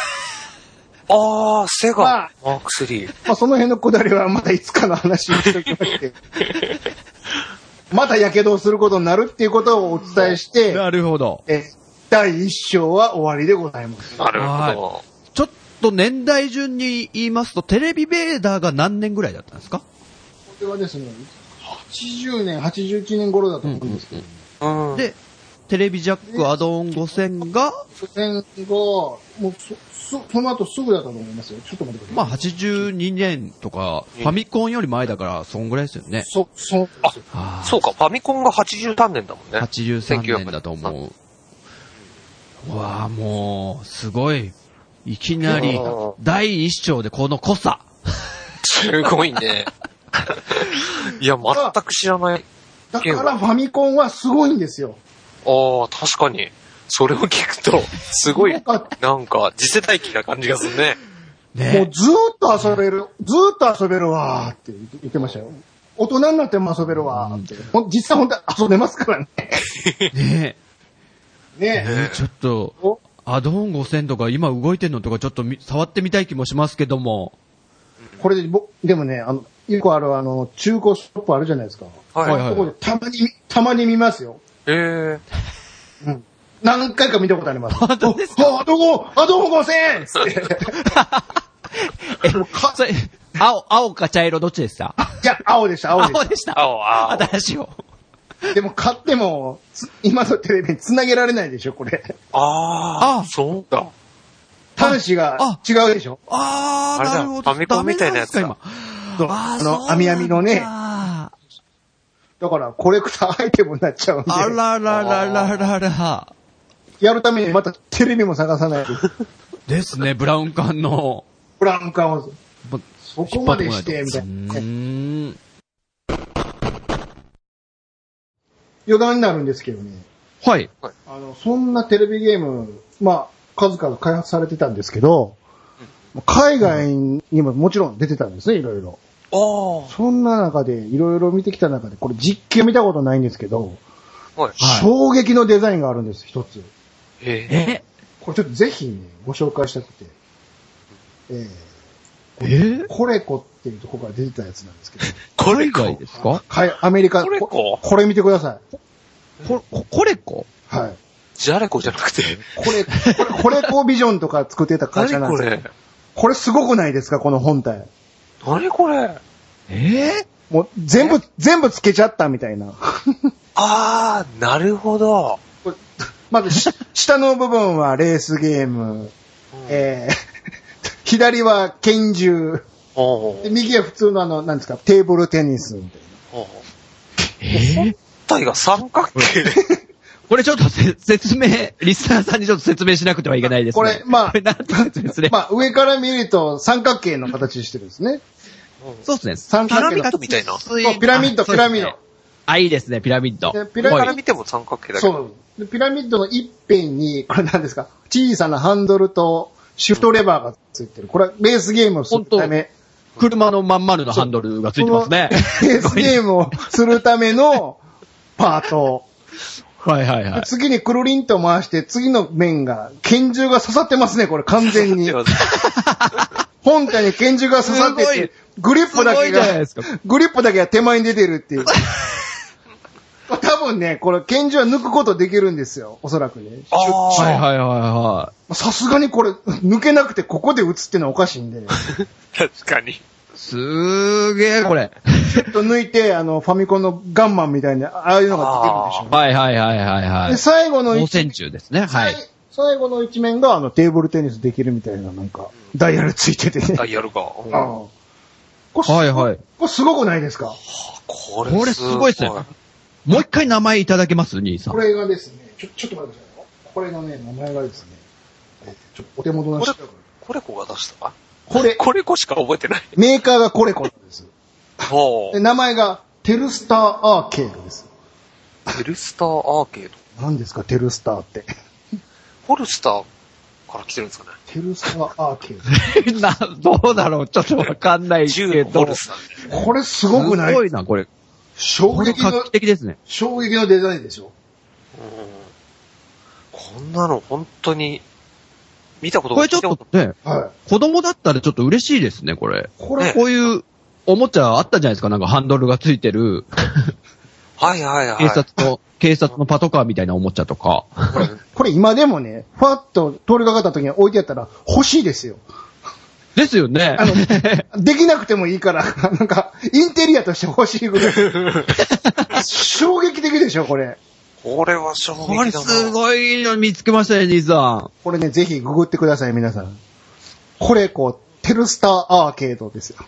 S3: セガ、マーク3。
S2: その辺のくだりはまたいつかの話にしておきまして。またやけどをすることになるっていうことをお伝えして。
S1: なるほど。
S2: 第一章は終わりでございます。
S3: なるほど。
S1: ちょっと年代順に言いますと、テレビベーダーが何年ぐらいだったんですか？こ
S2: れはですね、80年、81年頃だと思うんですけど。
S1: で、テレビジャックアドオン5000が
S2: 5000が、もうその後すぐだったと思いますよ。ちょっと待ってください。
S1: 82年とか、ファミコンより前だから、そんぐらいですよね。
S3: そうか、ファミコンが83年だもんね。
S1: 83年だと思う。もう、すごい。いきなり、第一章でこの濃さ。
S3: すごいね。いや、全く知らない。
S2: だからファミコンはすごいんですよ。
S3: 確かに。それを聞くと、すごい、なんか、次世代機な感じがするね。
S2: もうずーっと遊べるわーって言ってましたよ。大人になっても遊べるわーって。実際本当に遊べますからね。
S1: ちょっと、アドオン5000とか今動いてんのとかちょっと触ってみたい気もしますけども。
S2: これでもね、よくある中古ショップあるじゃないですか。そこでたまに見ますよ。何回か見たことあります。
S1: 本当ですか？
S2: アドオン5000って。
S1: それ、青か茶色どっちでした？
S2: いや、青でした。
S1: 新しいよ。
S2: でも買っても、今のテレビに繋げられないでしょ、これ。
S3: そうだ。
S2: 端子が違うでしょ。
S1: なるほど。
S3: ファミコンみたいなやつか、
S1: 今。
S2: 網網のね。だから、コレクターアイテムになっちゃうんで。
S1: あらら。
S2: やるためにまたテレビも探さないと。
S1: ですね、ブラウン管の。
S2: ブラウン管を。そこまでして、みたいな。余談になるんですけどね。
S1: はい。
S2: そんなテレビゲーム、数々開発されてたんですけど、海外にももちろん出てたんですね、いろいろ。そんな中で、いろいろ見てきた中で、これ実機は見たことないんですけど、衝撃のデザインがあるんです、一つ。これちょっとぜひね、ご紹介したくて。コレコっていうところから出てたやつなんですけど。
S1: 海外ですか？
S2: アメリカ。これ見てください。
S1: コレコ？
S2: はい。
S3: ジャレコじゃなくて。
S2: コレコビジョンとか作ってた会社なんですけど。これすごくないですか、この本体。
S3: 何これ？
S2: もう全部つけちゃったみたいな。
S3: あー、なるほど。
S2: まず下の部分はレースゲーム、左は拳銃、で右は普通のなんですか、テーブルテニスみたいな。
S3: 本体が三角形。
S1: これちょっと説明、リスナーさんにちょっと説明しなくてはいけないですね。
S2: これ、まあ、
S1: これなんて説明する
S2: 上から見ると三角形の形してるんですね。
S1: そうですね。
S2: 三角形
S3: ピラミッドみたいな。
S2: そう、ピラミッド。
S1: あ、いいですね、ピラミッド。
S2: ピラミッド
S3: から見ても三角形だけど。
S2: そう。ピラミッドの一辺に、これ何ですか、小さなハンドルとシフトレバーがついてる。これはレースゲームをするため。
S1: 車のまん丸のハンドルがついてますね。
S2: レースゲームをするためのパート。
S1: はい。
S2: 次にくるりんと回して、次の面が、拳銃が刺さってますね、これ完全に。本体に拳銃が刺さってて、グリップだけが手前に出てるっていう。多分ね、これ拳銃は抜くことできるんですよ、おそらくね。
S1: はい。
S2: さすがにこれ、抜けなくてここで撃つってのはおかしいんで。
S3: 確かに。
S1: すーげー、これ。
S2: ちょっと抜いて、ファミコンのガンマンみたいな、ああいうのができるんでしょうね。
S1: はい。
S2: で、最後の
S1: 光線銃ですね。はい。
S2: 最後の一面が、テーブルテニスできるみたいな、なんか、ダイヤルついててね。
S3: ダイヤルが。
S2: これすごくないですか？
S1: これすごいですね。もう一回名前いただけます兄さん。
S2: これがですね、ちょっと待ってくださいよ。これのね、名前がですね、お手元の下
S3: コレコが出した
S2: コ
S3: レコしか覚えてない。
S2: メーカーがコレコなんです。
S3: で
S2: 名前が、テルスターアーケードです。
S3: テルスターアーケード。
S2: 何ですか、テルスターって。
S3: ホルスターから来てるんですかね。
S2: テルスターアーケー
S1: ド。どうだろうちょっとわかんないけど。
S3: ホルスター。
S2: これすごくない？
S1: すごいな、これ。
S2: 衝撃の、
S1: 画期的ですね。
S2: 衝撃のデザインでしょ。
S3: こんなの本当に、見たことがない。
S1: これちょっとね、
S2: はい。
S1: 子供だったらちょっと嬉しいですね、これ。
S2: これ、
S1: こういうおもちゃあったじゃないですか、なんかハンドルがついてる。
S3: はい。
S1: 警察のパトカーみたいなおもちゃとか。
S2: これ今でもね、ファッと通りかかった時に置いてあったら欲しいですよ。
S1: ですよね。
S2: できなくてもいいから、なんか、インテリアとして欲しいぐらい。衝撃的でしょ、これ。
S3: これは衝撃だな。
S1: これすごいの見つけましたね、兄さん。
S2: これね、ぜひググってください、皆さん。これ、テルスターアーケードですよ。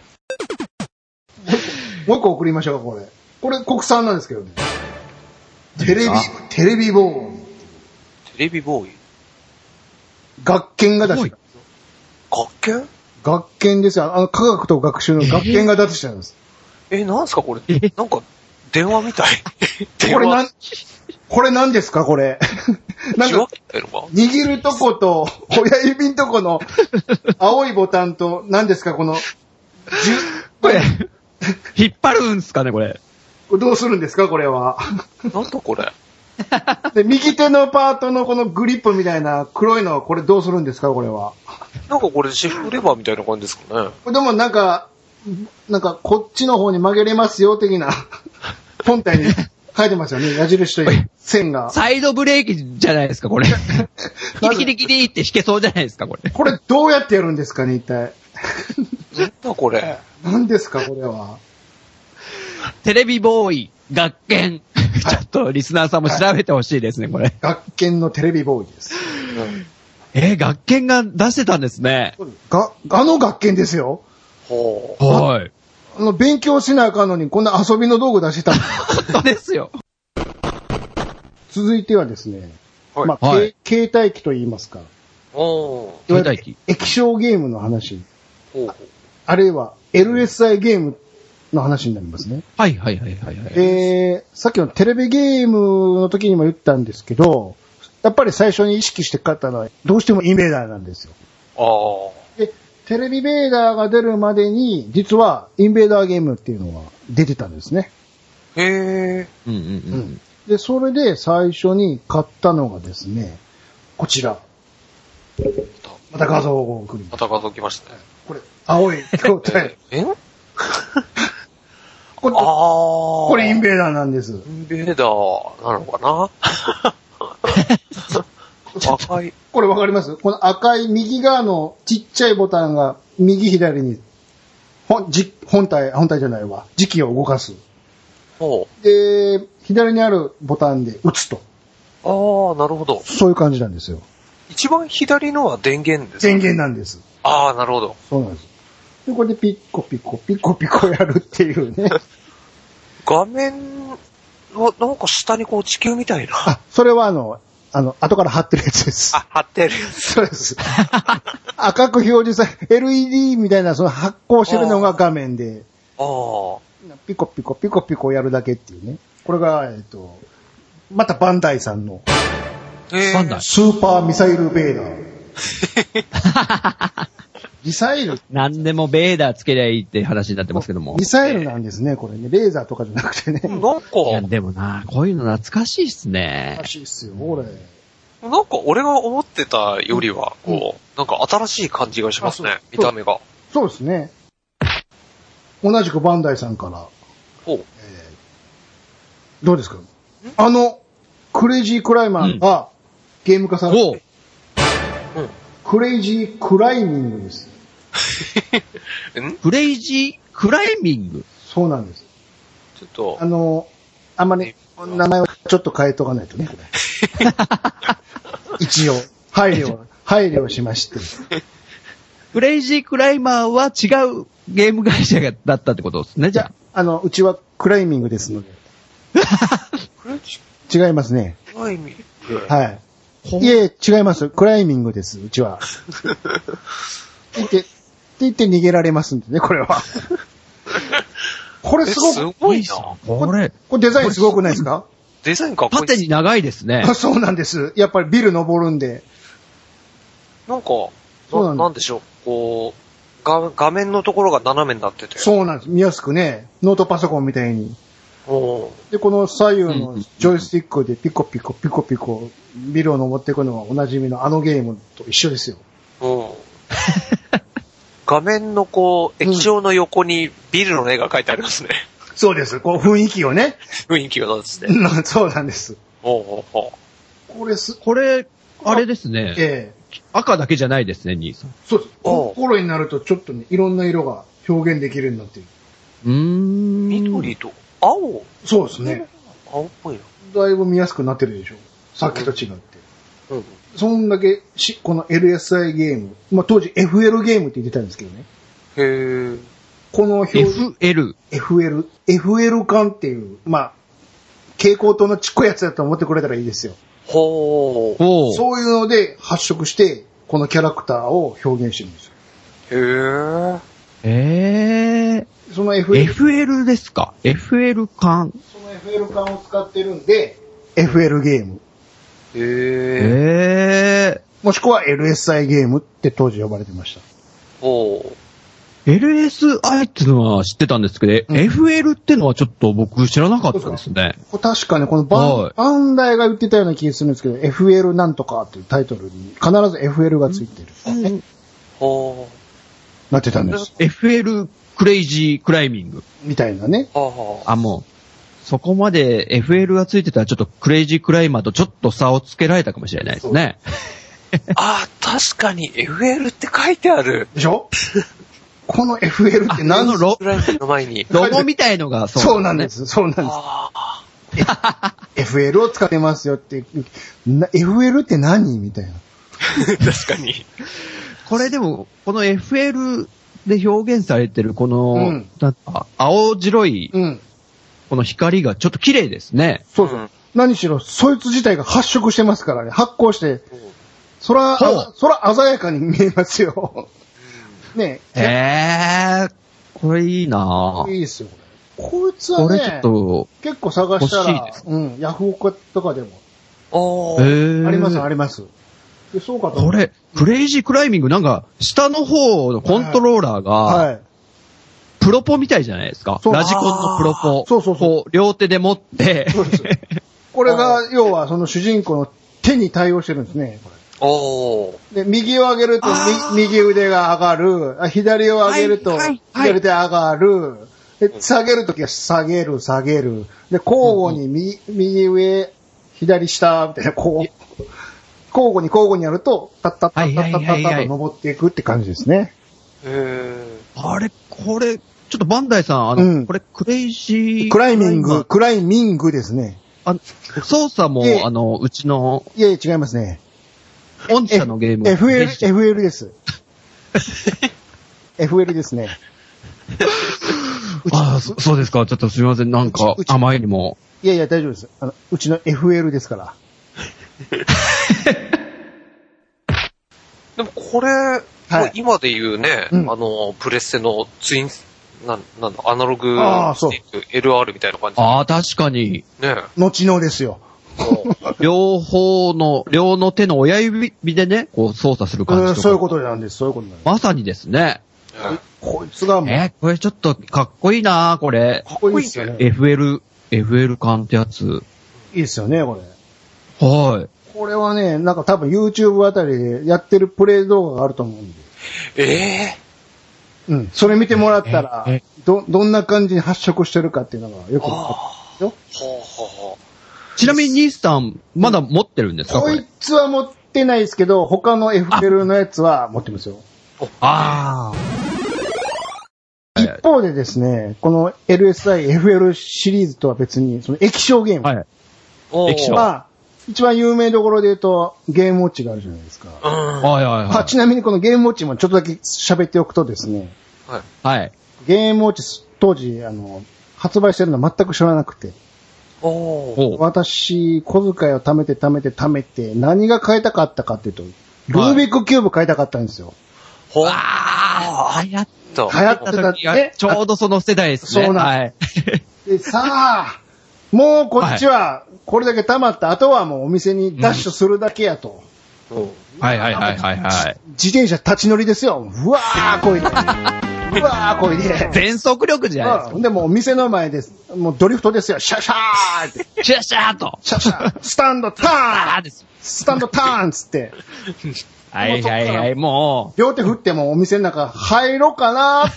S2: もう一個送りましょうか、これ。これ、国産なんですけどね。テレビボーイ。
S3: テレビボーイ。
S2: 学研が出した。学研ですよ。科学と学習の学研が出したんです。
S3: なんすかこれ。なんか、電話みたい。
S2: これ何ですかこれ。なんか、握るとこと、親指のとこの青いボタンと、何ですかこの、
S1: これ、引っ張るんすかねこれ。
S2: どうするんですかこれは。
S3: なんだこれ。
S2: で、右手のパートのこのグリップみたいな黒いのはこれどうするんですかこれは。
S3: なんかこれシフトレバーみたいな感じですかね。
S2: でもなんかこっちの方に曲げれますよ的な、本体に書いてますよね。矢印という線が。
S1: サイドブレーキじゃないですか、これ。キリキリキリって引けそうじゃないですか、これ。
S2: これどうやってやるんですかね、一体。
S3: なんだこれ。
S2: 何ですか、これは。
S1: テレビボーイ、学研。ちょっとリスナーさんも調べてほしいですね、これ。
S2: 学研のテレビボーイです。
S1: 学研が出してたんですね。
S2: 学研ですよ。
S1: はい。
S2: 勉強しなあかんのにこんな遊びの道具出してたん
S1: 本当ですよ。
S2: 続いてはですね、携帯機と言いますか。
S1: 携帯機。
S2: 液晶ゲームの話。あるいは LSI ゲームの話になりますね。
S1: はい。
S2: さっきのテレビゲームの時にも言ったんですけど、やっぱり最初に意識して買ったのはどうしてもインベーダーなんですよ。で、テレビベーダーが出るまでに実はインベーダーゲームっていうのが出てたんですね。
S3: へ
S2: ー。で、それで最初に買ったのがですね、こちら。また画像を送ります。
S3: また画像来ましたね。
S2: これ、青い筐体。これインベーダーなんです。イ
S3: ンベーダーなのかな赤い。
S2: これわかります？この赤い右側のちっちゃいボタンが右左に本体じゃないわ。磁気を動かす。
S3: ほ
S2: で、左にあるボタンで打つと。
S3: う。ああ、なるほど。
S2: そういう感じなんですよ。
S3: 一番左のは電源ですか？
S2: 電源なんです。
S3: ああ、なるほど。
S2: そうなんです。で、これでピッコピコ、ピッコピコやるっていうね。
S3: 画面は、なんか下にこう地球みたいな。
S2: あ、それは後から貼ってるやつです。
S3: あ、貼ってるやつ。
S2: そうです。赤く表示され、LED みたいなその発光してるのが画面で、
S3: ああ。
S2: ピコピコピコピコやるだけっていうね。これが、またバンダイさんの
S1: バンダイ
S2: スーパーミサイルベーダー。ミサイル
S1: 何でもベーダーつけりゃいいって話になってますけども。
S2: ミサイルなんですね、これね。レーザーとかじゃなくてね。
S3: なん
S1: いや、
S3: か、
S1: でもな、こういうの懐かしいっすね
S2: ら。しいっすよ、これ。
S3: なんか俺が思ってたよりは、こう、なんか新しい感じがしますね、見た目が。
S2: そうですね。同じくバンダイさんから、
S3: ほう。
S2: どうですか？クレイジークライマーがゲーム化されて、クレイジークライミングです。
S1: クレイジークライミング。
S2: そうなんです。
S3: ちょっと、
S2: あんまね、名前をちょっと変えとかないとね、これ。一応、配慮しまして。
S1: クレイジークライマーは違うゲーム会社だったってことですね、じゃあ。
S2: うちはクライミングですので。
S3: クレイジ
S2: 違いますね。
S3: ークライミング。
S2: はい。いえ、違います。クライミングです、うちは。って言って逃げられますんでね、これは。これす
S3: ごいな。
S1: これ
S2: デザインすごくないですか？
S3: デザインかっこいい。
S1: 縦に長いですね。
S2: そうなんです。やっぱりビル登るんで。
S3: なんか、なんでしょう。こう、画面のところが斜めになってて。
S2: そうなんです。見やすくね、ノートパソコンみたいに。で、この左右のジョイスティックでピコピコピコピコビルを登っていくのはおなじみのゲームと一緒ですよ。
S3: 画面のこう、液晶の横にビルの絵が描いてありますね。
S2: そうです。こう雰囲気をね。
S3: 雰囲気がなんですね。
S2: そうなんです。
S3: こ
S1: れ、あれですね。
S2: ええ。
S1: 赤だけじゃないですね、兄さん。
S2: そうです。頃になるとちょっとね、いろんな色が表現できるようになっている。
S3: 緑と青？
S2: そうですね。
S3: 青っぽいな。
S2: だいぶ見やすくなってるでしょ。さっきと違って。そんだけこの LSI ゲーム、まあ当時 FL ゲームって言ってたんですけどね。
S3: へー。
S2: この表示 FL 感っていう、まあ、蛍光灯のちっこいやつだと思ってくれたらいいですよ。
S3: ほ
S1: う。
S2: そういうので発色して、このキャラクターを表現してるんですよ。
S1: へー。
S2: その FL
S1: ですか？ FL 感。
S2: その FL 感を使ってるんで、FL ゲーム。もしくは LSI ゲームって当時呼ばれてました。
S1: LSI ってのは知ってたんですけど、FL ってのはちょっと僕知らなかったですね。
S2: 確かね、このバンダイが言ってたような気がするんですけど、FL なんとかっていうタイトルに必ず FL がついてる。なってたんです。
S1: FL クレイジークライミング。
S2: みたいなね。
S1: もう、そこまで FL がついてたらちょっとクレイジークライマーとちょっと差をつけられたかもしれないですね。
S3: 確かに FL って書いてある。
S2: でしょ？この FL って何の
S3: ロ
S1: ゴみたいのが
S2: そうなんです。そうなんです。FL を使ってますよって。FL って何みたいな。
S3: 確かに。
S1: これでも、この FL で表現されてるこの、青白い、この光がちょっと綺麗ですね。
S2: そうそう。何しろ、そいつ自体が発色してますからね。発光して、そら鮮やかに見えますよ。ね
S1: これいいなぁ。
S2: いいですよ、これ。こいつはね、
S1: これちょっと、
S2: 結構探したら、ヤフオクとかでも。あります、あります。そうかと。
S1: これ、クレイジークライミングなんか、下の方のコントローラーが、プロポみたいじゃないですか。ラジコンのプロポ。そう。両手で持って。そうです。
S2: これが、要はその主人公の手に対応してるんですね、これ。で、右を上げると右腕が上がる。左を上げると左手上がる。で、下げるときは下げる。で、交互に右上、左下、みたいな、こう、交互にやると、タッタッタッタッタッタッと登っていくって感じですね。
S1: あれ、これ、ちょっとバンダイさん、これクレイジー。
S2: クライミングですね。
S1: 操作も、うちの。
S2: いやいや、違いますね。
S1: 御社のゲーム。
S2: FL です。FL ですね。
S1: そうですか。ちょっとすみません。なんか、あまりにも。
S2: いやいや、大丈夫です。うちの FL ですから。
S3: でもこれ、はい、今で言うね、プレステのツイン、なんだ、アナログスティック、LR みたいな感じ。
S1: 確かに。
S3: ね
S2: 後のですよ。
S1: 両の手の親指でね、こう操作する感じ。
S2: そういうことなんです、
S1: まさにですね。
S2: こいつがもう。
S1: これちょっとかっこいいなこれ。
S2: かっこいいですよね。
S1: FL 感ってやつ。
S2: いいですよね、こ
S1: れ。はい。
S2: これはね、なんか多分 YouTube あたりでやってるプレイ動画があると思うんで。それ見てもらったら、どんな感じに発色してるかっていうのがよくわかるよ。
S1: ちなみにニースさん、まだ持ってるんですか？
S2: こいつは持ってないですけど、他の FL のやつは持ってますよ。一方でですね、この LSI、FL シリーズとは別に、その液晶ゲーム。
S1: はい。液晶。
S2: 一番有名どころで言うと、ゲームウォッチがあるじゃないですか。ちなみにこのゲームウォッチもちょっとだけ喋っておくとですね。
S1: はい。
S2: ゲームウォッチ、当時、発売してるのは全く知らなくて。私、小遣いを貯めて、何が買いたかったかっていうと、ルービックキューブ買いたかったんですよ。
S1: 流行ってたね。ちょうどその世代ですね。
S2: そうなんです。で、さあ、もうこっちは、これだけ溜まった後はもうお店にダッシュするだけやと。
S1: はい。
S2: 自転車立ち乗りですよ。うわーこいで。うわーこいで。
S1: 全速力じゃないですか。
S2: でもお店の前です。もうドリフトですよ。シャシャーって。
S1: シャシャーと。
S2: シャシャー。スタンドターンスタンドターンつって。
S1: も
S2: う。両手振ってもお店の中入ろうかなって、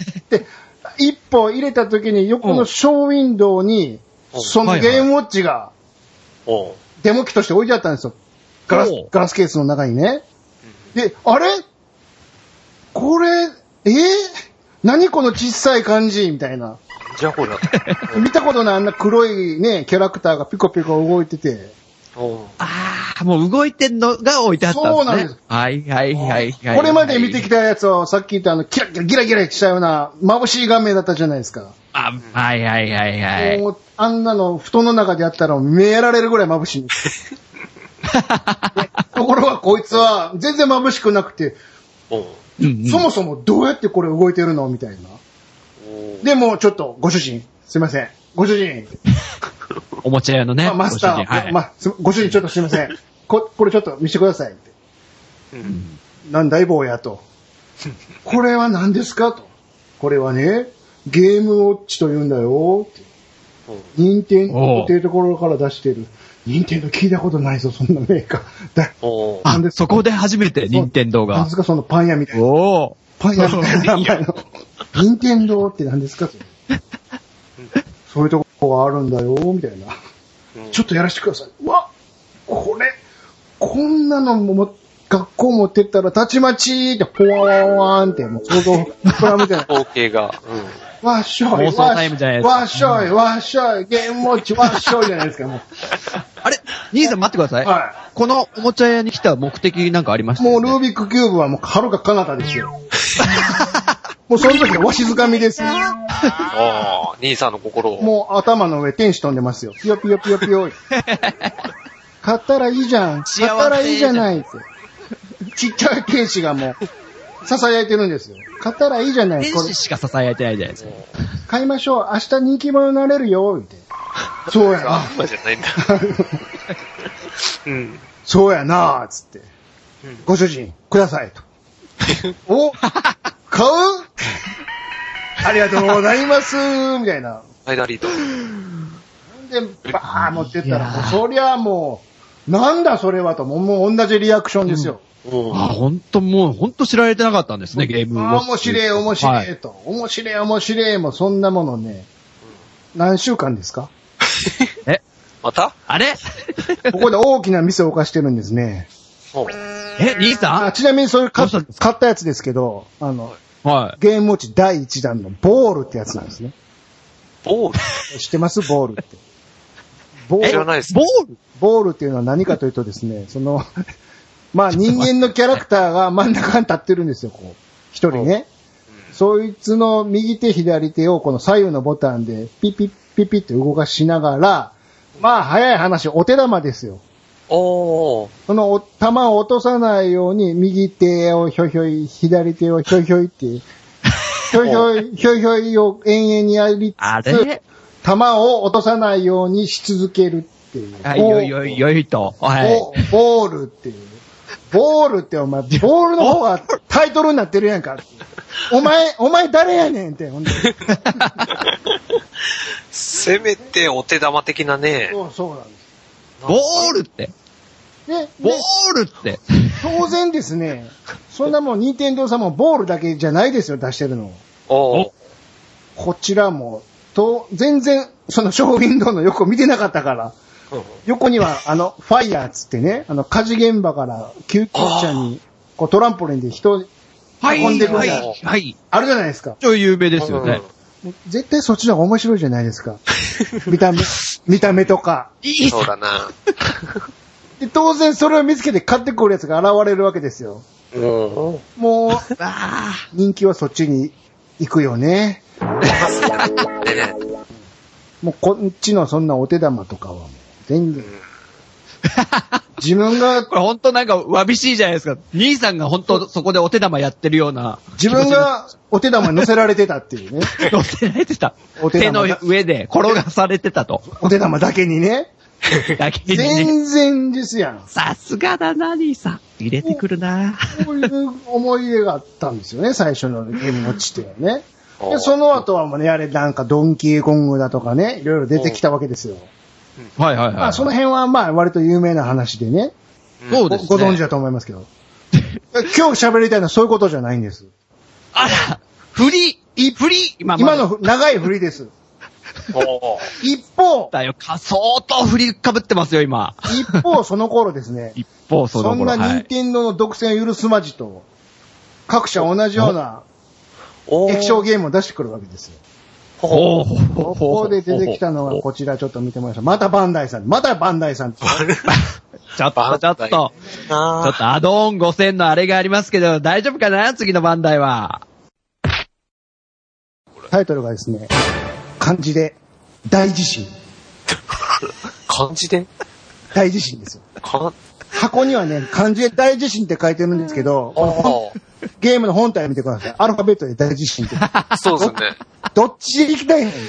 S2: 一歩入れた時に横のショーウィンドウに、そのゲームウォッチが、デモ機として置いてあったんですよ。ガラスケースの中にね。で、あれこれ、何この小さい感じみたいな。
S3: じゃあこれ。
S2: 見たことないあんな黒いね、キャラクターがピコピコ動いてて。
S1: もう動いてんのが置いてあったんですね。そうなんです。はい。
S2: これまで見てきたやつをさっき言ったキラキラギラギラしたような眩しい画面だったじゃないですか。
S1: はい。
S2: もうあんなの布団の中でやったら目やられるぐらい眩しいんです。ところがこいつは全然眩しくなくて、そもそもどうやってこれ動いてるのみたいな。でもちょっとご主人、すいません。ご主人。
S1: おもちゃ屋のね。
S2: マスター。ご主人ちょっとすいません。これちょっと見せてくださいって。なんだい坊やと。これは何ですかと。これはね、ゲームウォッチと言うんだよって。任天堂っていうところから出してる。任天堂聞いたことないぞ、そんなメーカー。
S1: そこで初めて任天堂が。
S2: 何ですか、そのパン屋みたいな。パン屋みたいな名前の。任天堂って何ですかそういうとこがあるんだよ、みたいな。ちょっとやらせてください。うわ、こんなのも学校持ってったら、たちまちって、ポワワワーンって、もう想像膨らむじゃない。
S3: 光景が。
S2: わっしょい。
S1: 妄想タイムじゃないですか。
S2: わっしょい、わっしょい、ゲームウォッチ、わっしょいじゃないですか、もう。
S1: あれ兄さん待ってください。
S2: はい。
S1: このおもちゃ屋に来た目的なんかありました？
S2: もうルービックキューブはもう遥か彼方ですよ。もうその時はわしづかみですよ。
S3: 兄さんの心を。
S2: もう頭の上天使飛んでますよ。ピヨピヨピヨピヨ。買ったらいいじゃん。買ったらいいじゃないって。ちっちゃい天使がもう、囁いてるんですよ。買ったらいいじゃない。
S1: 天使しか囁いてないじゃないですか。
S2: 買いましょう。明日人気者になれるよ。って。そうやな。
S3: じゃないんだ。
S2: そうやなつって。ご主人、くださいと。お買うありがとうございますみたいな。
S3: ファイナリーと。
S2: で、バー持ってったら、そりゃもう、なんだそれはと、もう同じリアクションですよ。
S1: 本当知られてなかったんですね、ゲームを。
S2: 面白いと。面白いもそんなものね。何週間ですか？
S3: また？
S1: あれ
S2: ここで大きな店を犯してるんですね。
S1: 兄さん？
S2: ちなみにそれ買ったやつですけど、
S1: はい。
S2: ゲームウォッチ第1弾のボールってやつなんですね。
S3: ボール
S2: 知ってますボールって。
S3: 知らないです。
S2: ボールっていうのは何かというとですね、まあ人間のキャラクターが真ん中に立ってるんですよ、こう。一人ね。そいつの右手左手をこの左右のボタンでピッピッピッピッって動かしながら、まあ早い話、お手玉ですよ。
S3: おー。
S2: その玉を落とさないように右手をひょいひょい、左手をひょいひょいって、ひょいひょい、ひょいひょいを延々にやりつつ、玉を落とさないようにし続けるっていう。
S1: はい、よいと。はい。
S2: ボールっていう。ボールってお前、ボールの方がタイトルになってるやんか。お前誰やねんって、ほんとに。
S3: せめてお手玉的なね。
S2: そうなんです。
S1: ボールって。
S2: ね、
S1: ボールって。
S2: 当然ですね。そんなもん、任天堂さんもボールだけじゃないですよ、出してるの。
S3: お
S2: こちらも、全然、そのショーウィンドウの横見てなかったから。横には、ファイヤーっつってね、火事現場から救急車に、こうトランポリンで人運んでくるやつ。
S1: はい。
S2: あるじゃないですか。
S1: 超有名ですよね。
S2: 絶対そっちの方が面白いじゃないですか。見た目とか。
S3: そうだな。
S2: で、当然それを見つけて買ってくるやつが現れるわけですよ。もう、人気はそっちに行くよね。もうこっちのそんなお手玉とかはもう全然。自分が、
S1: これ本当なんかわびしいじゃないですか。兄さんが本当そこでお手玉やってるような。
S2: 自分がお手玉に乗せられてたっていうね。
S1: 乗せられてた。手の上で転がされてたと。
S2: お手玉だけにね。
S1: だけにね。
S2: 全然ですやん。
S1: さすがだな、兄さん。入れてくるな。
S2: こういう思い出があったんですよね、最初のゲームウォッチってね。で、その後はもうね、あれなんかドンキーコングだとかね、いろいろ出てきたわけですよ。
S1: はいはいはい。
S2: まあその辺はまあ割と有名な話でね。
S1: そうですね。
S2: ご存知だと思いますけど。今日喋りたいのはそういうことじゃないんです。
S1: あら、フリー
S2: 今の長い振りです。一方、
S1: だよ、相当振りかぶってますよ、今。
S2: 一方、その頃ですね。そんな任天堂の独占を許すまじと、各社同じような液晶ゲームを出してくるわけですよ。ここで出てきたのがこちらちょっと見てもらいました。またバンダイさん。ちょっ
S1: とアドオン5000のあれがありますけど、大丈夫かな次のバンダイは。
S2: タイトルがですね、漢字で、大地震。
S3: 漢字で
S2: 大地震ですよ。箱にはね、漢字で大地震って書いてるんですけど、ゲームの本体を見てください。アルファベットで大地震って。
S3: そうですね。
S2: どっちで行きたいの？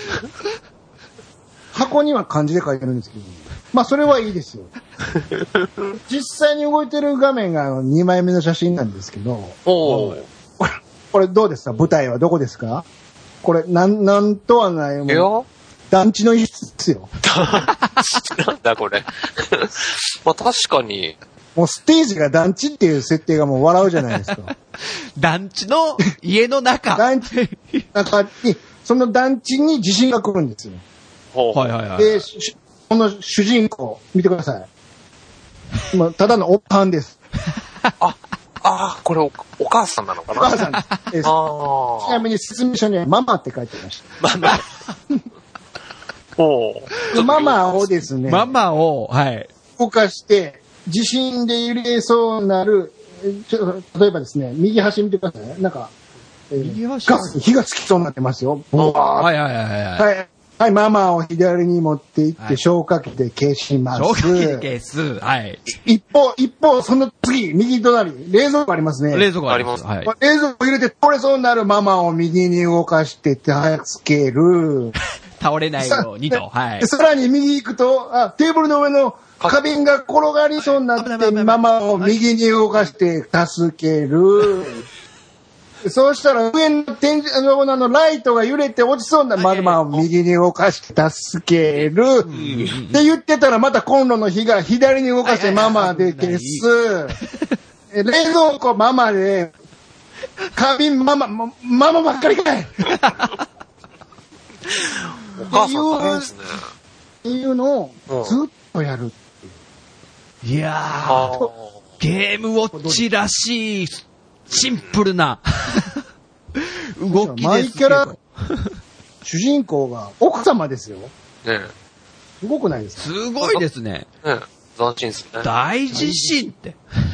S2: 箱には漢字で書いてるんですけど、まあそれはいいですよ。実際に動いてる画面が2枚目の写真なんですけど、これどうですか？舞台はどこですか？これ、なんとはないもん。団地の一室ですよ。
S3: なんだこれ。まあ確かに。
S2: もうステージが団地っていう設定がもう笑うじゃないですか。
S1: 団地の家の中。
S2: 団地の中に、その団地に地震が来るんですよ。
S1: はいはいはい。
S2: で、この主人公、見てください。今、ただのおっぱんです。
S3: これお母さんなのかな？
S2: お母さんです。ちなみに説明書にはママって書いてました。ママをですね。
S1: ママを、はい。
S2: 動かして、地震で揺れそうなる、例えばですね、右端見てください。なんか、
S1: 右端
S2: 火がつきそうになってますよ。
S1: はいはい。
S2: はい、ママを左に持っていって、消火器で消します。
S1: 消火器で消す。はい。
S2: 一方、その次、右隣、冷蔵庫ありますね。
S1: 冷蔵庫あります。
S2: はい。冷蔵庫入れて倒れそうになるママを右に動かして助ける。
S1: 倒れないようにと。はい。
S2: さらに右行くと、テーブルの上の花瓶が転がりそうになって、ママを右に動かして助ける。そうしたら上の天井のライトが揺れて落ちそうなママを右に動かして助ける。って言ってたらまたコンロの火が左に動かしてママで消す。冷蔵庫ママで、花瓶ママばっかりかい。
S3: お母さん大変ですね。
S2: っていうのをずっとやる。
S1: いやー、ゲームウォッチらしい、シンプルな。 動きですけど。
S2: マイキャラ、主人公が奥様ですよ。
S3: ね
S2: すごくないですか？
S1: すごいですね。
S3: 斬新ですね。
S1: 大地震って。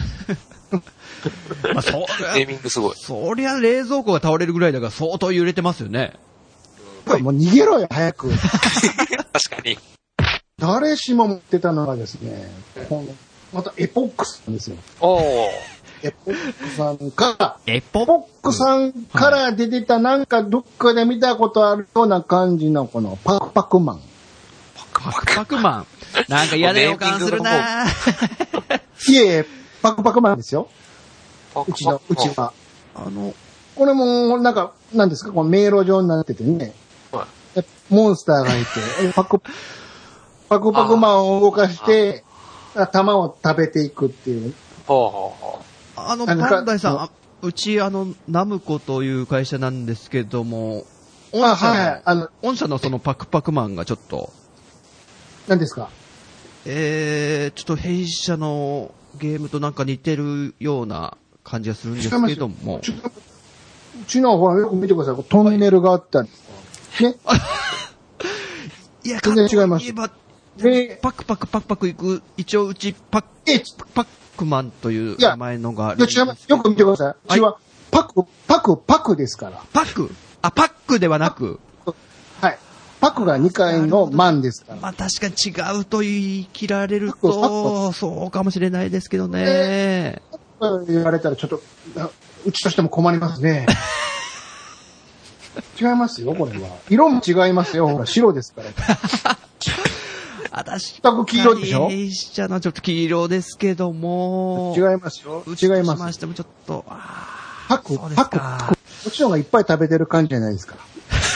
S1: まあ、
S3: ネーミングすごい。
S1: そりゃ冷蔵庫が倒れるぐらいだから相当揺れてますよね。
S2: もう逃げろよ、早く。
S3: 確かに。
S2: 誰しも持ってたのがですね、またエポックスなんですよ。
S3: おー。
S2: エポックさんから、
S1: エポ
S2: エポックさんから出てたなんかどっかで見たことあるような感じのこのパクパクマン。
S1: パクパクマン。なんか嫌な予感するなぁ。
S2: いえ、パクパクマンですよ。うちは。これも、なんか、なんですか、この迷路状になっててね。
S3: は
S2: モンスターがいて、パクパクマンを動かして、弾を食べていくっていう。
S3: ほう。
S1: パンダイさん、うちナムコという会社なんですけども、御社のそのパクパクマンがちょっと、
S2: 何ですか？
S1: ちょっと弊社のゲームとなんか似てるような感じがするんですけども。
S2: うちのほらよく見てください。トンネルがあったり。ね。
S1: いや、
S2: 全然違います。
S1: パクパク行く、一応うちパックマンという名前のがあるんです。
S2: よく見てください。うちはパクですから。
S1: パックではなく。
S2: はい。パクが2回のマンですから。
S1: まあ確かに違うと言い切られると、そうかもしれないですけどね。
S2: 言われたらちょっと、うちとしても困りますね。違いますよ、これは。色も違いますよ、ほら、白ですから。
S1: 私、
S2: 全く黄色でしょ？
S1: 弊社のちょっと黄色ですけども。
S2: 違いますよ。違います。
S1: しましてもちょっと、
S2: パク。こっちの方がいっぱい食べてる感じじゃないですか。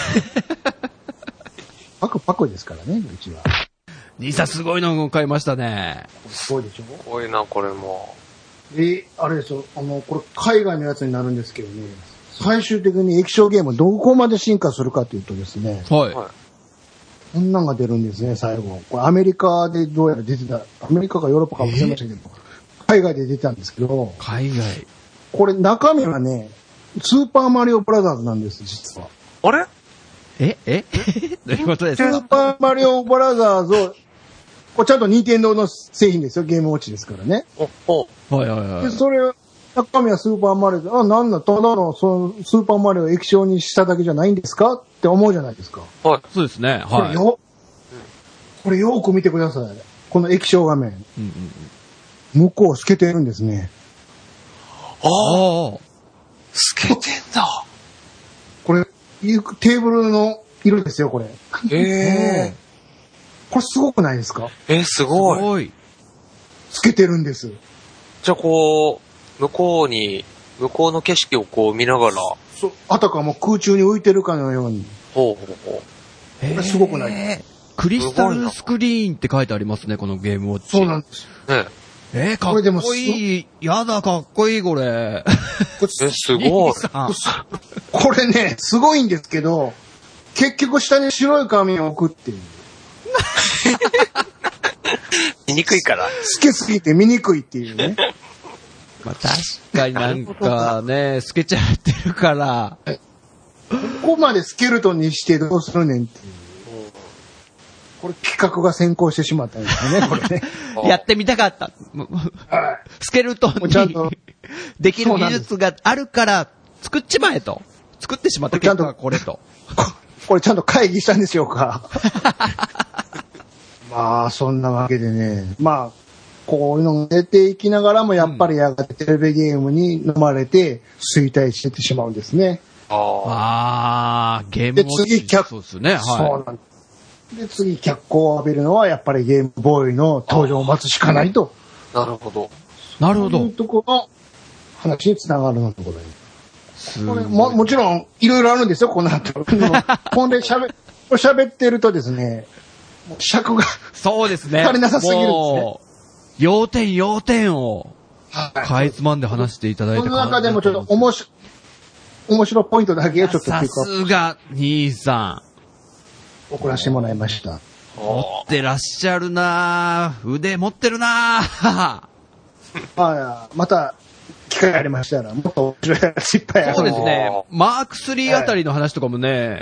S2: パクですからね、うちは。
S1: 兄さんすごいのを買いましたね。
S2: すごいでしょ？
S3: すごいな、これも。
S2: あれですよ、これ海外のやつになるんですけどね、最終的に液晶ゲームどこまで進化するかというとですね、
S1: はい。
S2: こんなんが出るんですね、最後。これアメリカでどうやら出てた、アメリカかヨーロッパかもしれませんけど、海外で出てたんですけど、
S1: 海外。
S2: これ中身はね、スーパーマリオブラザーズなんです、実は。
S3: あれ
S1: どういうことですか？
S2: スーパーマリオブラザーズを、これちゃんと任天堂の製品ですよ、ゲームウォッチですからね。で、それ、中身はスーパーマリオで、なんだ、ただの、スーパーマリオを液晶にしただけじゃないんですかって思うじゃないですか。
S3: はい。
S1: そうですね。はい。
S2: これよく見てください。この液晶画面。向こう透けてるんですね。
S3: ああ。透けてんだ。
S2: これ、テーブルの色ですよ、これ。これすごくないですか？
S3: すごい。
S2: 透けてるんです。
S3: じゃあこう、向こうの景色をこう見ながら。
S2: あたかも空中に浮いてるかのように。
S3: こ
S2: れすごくないですか？
S1: クリスタルスクリーンって書いてありますね、このゲームウォッチ。
S2: そうなんです。
S1: かっこいい。やだ、かっこいい、これ。
S3: すごい。
S2: これね、すごいんですけど、結局下に白い紙を置くっていう。
S3: 見にくいから。
S2: 透けすぎて見にくいっていうね。
S1: まあ確かになんかね、透けちゃってるから。
S2: ここまでスケルトンにしてどうするねんっていう。これ企画が先行してしまったんですよね、これね。
S1: やってみたかった。スケルトンにできる技術があるから作っちまえと。作ってしまった結果がこれと。
S2: これちゃんと会議したんでしょうか。まあ、そんなわけでね。まあ、こういうのが出ていきながらも、やっぱりやがてテレビゲームに飲まれて衰退してってしまうんですね。
S1: ゲームウォッチ。
S2: で、次、
S1: そうですね。はい。
S2: そうなんです。で、次、脚光を浴びるのは、やっぱりゲームボーイの登場を待つしかないと。
S3: なるほど。
S1: なるほど。
S2: そういうところの話につながるのでございます。これもちろん、いろいろあるんですよ、この後。ほんで、喋ってるとですね、尺が。
S1: そうですね。
S2: 足りなさすぎるんですね。
S1: 要点を、かいつまんで話していただいて。
S2: この中でもちょっと面白ポイントだけちょっと
S1: さすが、兄さ
S2: ん。送らせてもらいました。
S1: 持ってらっしゃるなぁ。腕持ってるなぁ。
S2: また、 機会ありましたら、もっと面白い話いっぱいある。
S1: そうですね。マーク3あたりの話とかもね、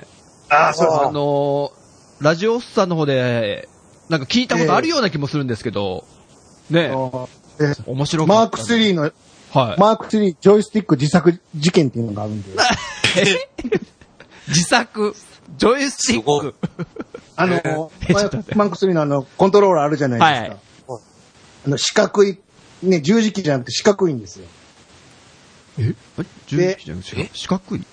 S2: そう
S1: ラジオスさんの方で、なんか聞いたことあるような気もするんですけど、ね、面白かった。
S2: マーク3の、
S1: はい。
S2: マーク3ジョイスティック自作事件っていうのがあるんで。
S1: 自作ジョイスティック
S2: マーク3のコントローラーあるじゃないですか。はい、四角い、ね、十字キーじゃなくて四角いんですよ。
S1: 十字キーじゃなくて四角い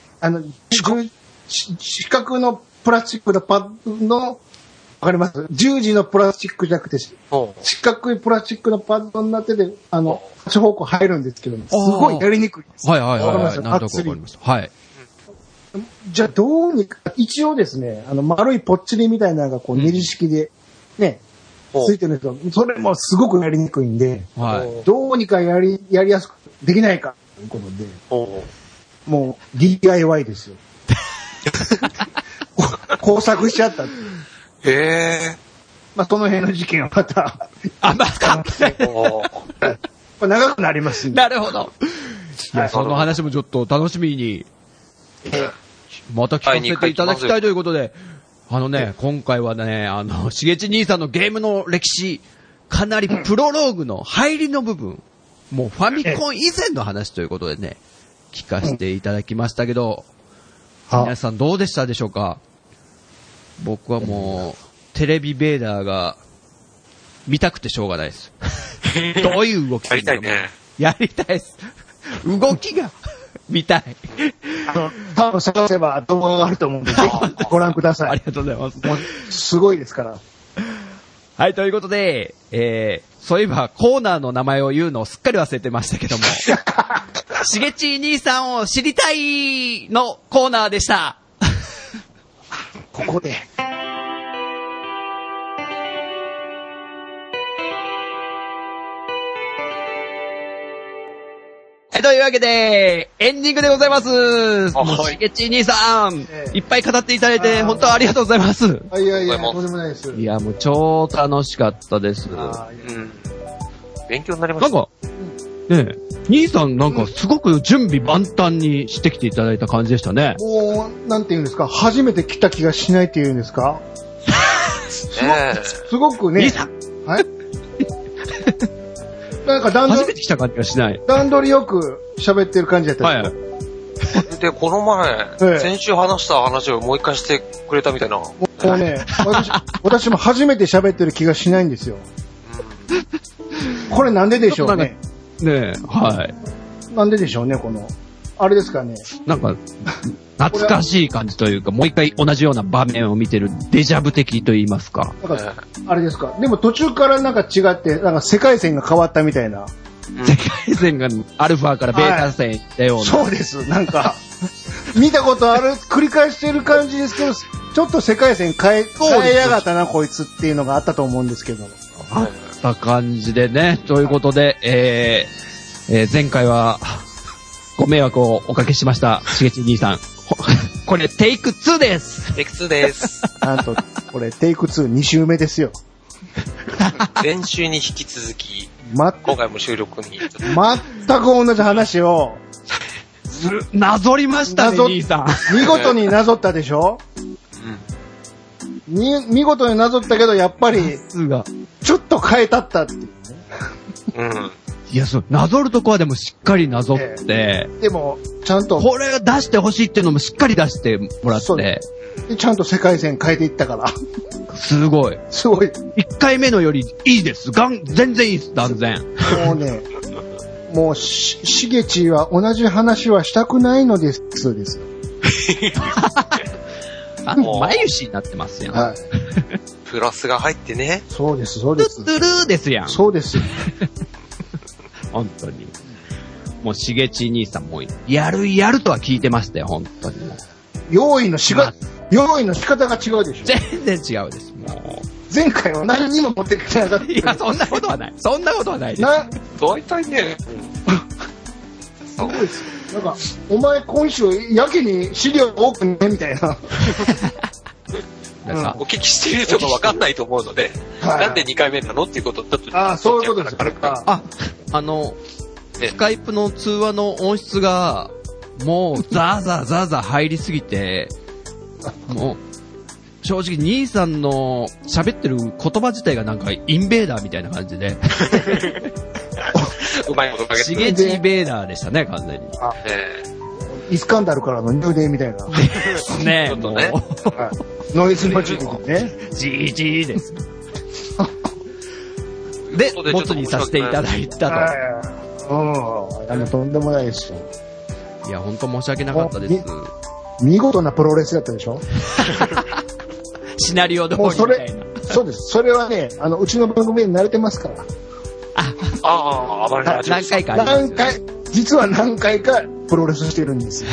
S2: 四角のプラスチックのパッドの、わかります十字のプラスチックじゃなくて、四角いプラスチックのパッドになってて、8方向入るんですけど、すごいやりにくいです。
S1: はい。なんとかわかりました。はい。
S2: じゃあどうにか、一応ですね、丸いポッチリみたいなのがこうネジ式で、ね、ついてるんですけど、それもすごくやりにくいんで、どうにかやりやすくできないかということで、もう DIY ですよ。工作しちゃった。まあ、その辺の事件はまた。長くなりますんで。
S1: なるほど。いや、その話もちょっと楽しみに、また聞かせていただきたいということで、今回はね、しげち兄さんのゲームの歴史、かなりプロローグの入りの部分、もうファミコン以前の話ということでね、聞かせていただきましたけど、皆さんどうでしたでしょうか？僕はもう、テレビベーダーが見たくてしょうがないです。どういう動き
S3: やりたいね。
S1: やりたいです。動きが見たい。
S2: 多分探せば動画があると思うんで、ぜひご覧ください。
S1: ありがとうございます。
S2: もうすごいですから。
S1: はい、ということで、そういえばコーナーの名前を言うのをすっかり忘れてましたけども、しげち兄さんを知りたいのコーナーでした。
S2: ここで。
S1: はい、というわけで、エンディングでございます。もうしげち兄さん、いっぱい語っていただいて、本当ありがとうございます。
S2: いや、とんでもないです。
S1: いや、もう超楽しかったです。
S3: 勉強になりました。
S1: なんか、ねえ、兄さんなんかすごく準備万端にしてきていただいた感じでしたね。
S2: もう、なんて言うんですか、初めて来た気がしないって言うんですかすごくね。
S1: 兄さん
S2: はい。なんか
S1: 初めて来た感じがしない。
S2: 段取りよく喋ってる感じだったんです
S3: よ。はい。で、この前、先週話した話をもう一回してくれたみたいな。も
S2: うね、私も初めて喋ってる気がしないんですよ。これなんででしょうね。
S1: ねえ、はい。
S2: なんででしょうね、あれですかね。
S1: なんか、懐かしい感じというか、もう一回同じような場面を見てるデジャブ的と言いますか。
S2: なんかあれですか。でも途中からなんか違って、なんか世界線が変わったみたいな。
S1: 世界線がアルファからベータ線行ったような。
S2: そうです。なんか、見たことある、繰り返してる感じですけど、ちょっと世界線変えやがったな、こいつっていうのがあったと思うんですけど。
S1: あった感じでね、ということで、前回は、ご迷惑をおかけしました、しげち兄さん。これ、テイク2です。
S3: テイク2です。
S2: なんと、これ、テイク2、2週目ですよ。
S3: 前週に引き続き、今回も収録に。
S2: 全く同じ話を、
S1: なぞりましたね、兄さ
S2: ん。見事になぞったでしょ？見事になぞったけど、やっぱり、ちょっと変えたったっていうね。
S1: いや、なぞるとこはでもしっかりなぞって、
S2: でも、ちゃんと、
S1: これを出してほしいっていうのもしっかり出してもらって、
S2: でちゃんと世界線変えていったから。
S1: すごい。
S2: すごい。
S1: 1回目のよりいいです。全然いいです、断然。
S2: もうね、もう、しげちは同じ話はしたくないのです、です。
S1: 眉しになってますやん。はい。
S3: プラスが入ってね。
S2: そうです、そうです。
S1: トゥルーですやん。
S2: そうですよ。
S1: 本当に。もう、しげち兄さんも、やるとは聞いてましたよ、本当に。
S2: 用意の仕方が違うでしょ。
S1: 全然違うです、もう。
S2: 前回は何にも持ってきてなかった。
S1: いや、そんなことはない。そんなことはないです。
S3: 大体ね。
S2: そうですよ。なんか、お前今週やけに資料多くね、みたいな。
S3: お聞きしている人が分かんないと思うので、なんで2回目なのっていうことをちょっと。
S2: そういうことですか。
S1: スカイプの通話の音質が、もう、ザーザーザーザー入りすぎて、もう、正直、兄さんの喋ってる言葉自体がなんか、インベーダーみたいな感じで。
S3: うまいことかけて。
S1: しげちベーダーでしたね、完全に。
S2: イスカンダルからの入電みたいな。
S1: ですね、
S3: ちょっとね
S1: もう。
S2: ノイズマジックね。
S1: じーじーです。で、ボツにさせていただいた
S2: とんでもないですよ。
S1: と。いや、本当申し訳なかったです。
S2: 見事なプロレスだったでしょ
S1: シナリオ通りみたいな。
S2: そうです。それはね、うちの番組に慣れてますから。
S3: 暴れラジオ
S1: 何回かあります。
S2: 実は何回かプロレスしてるんですよ。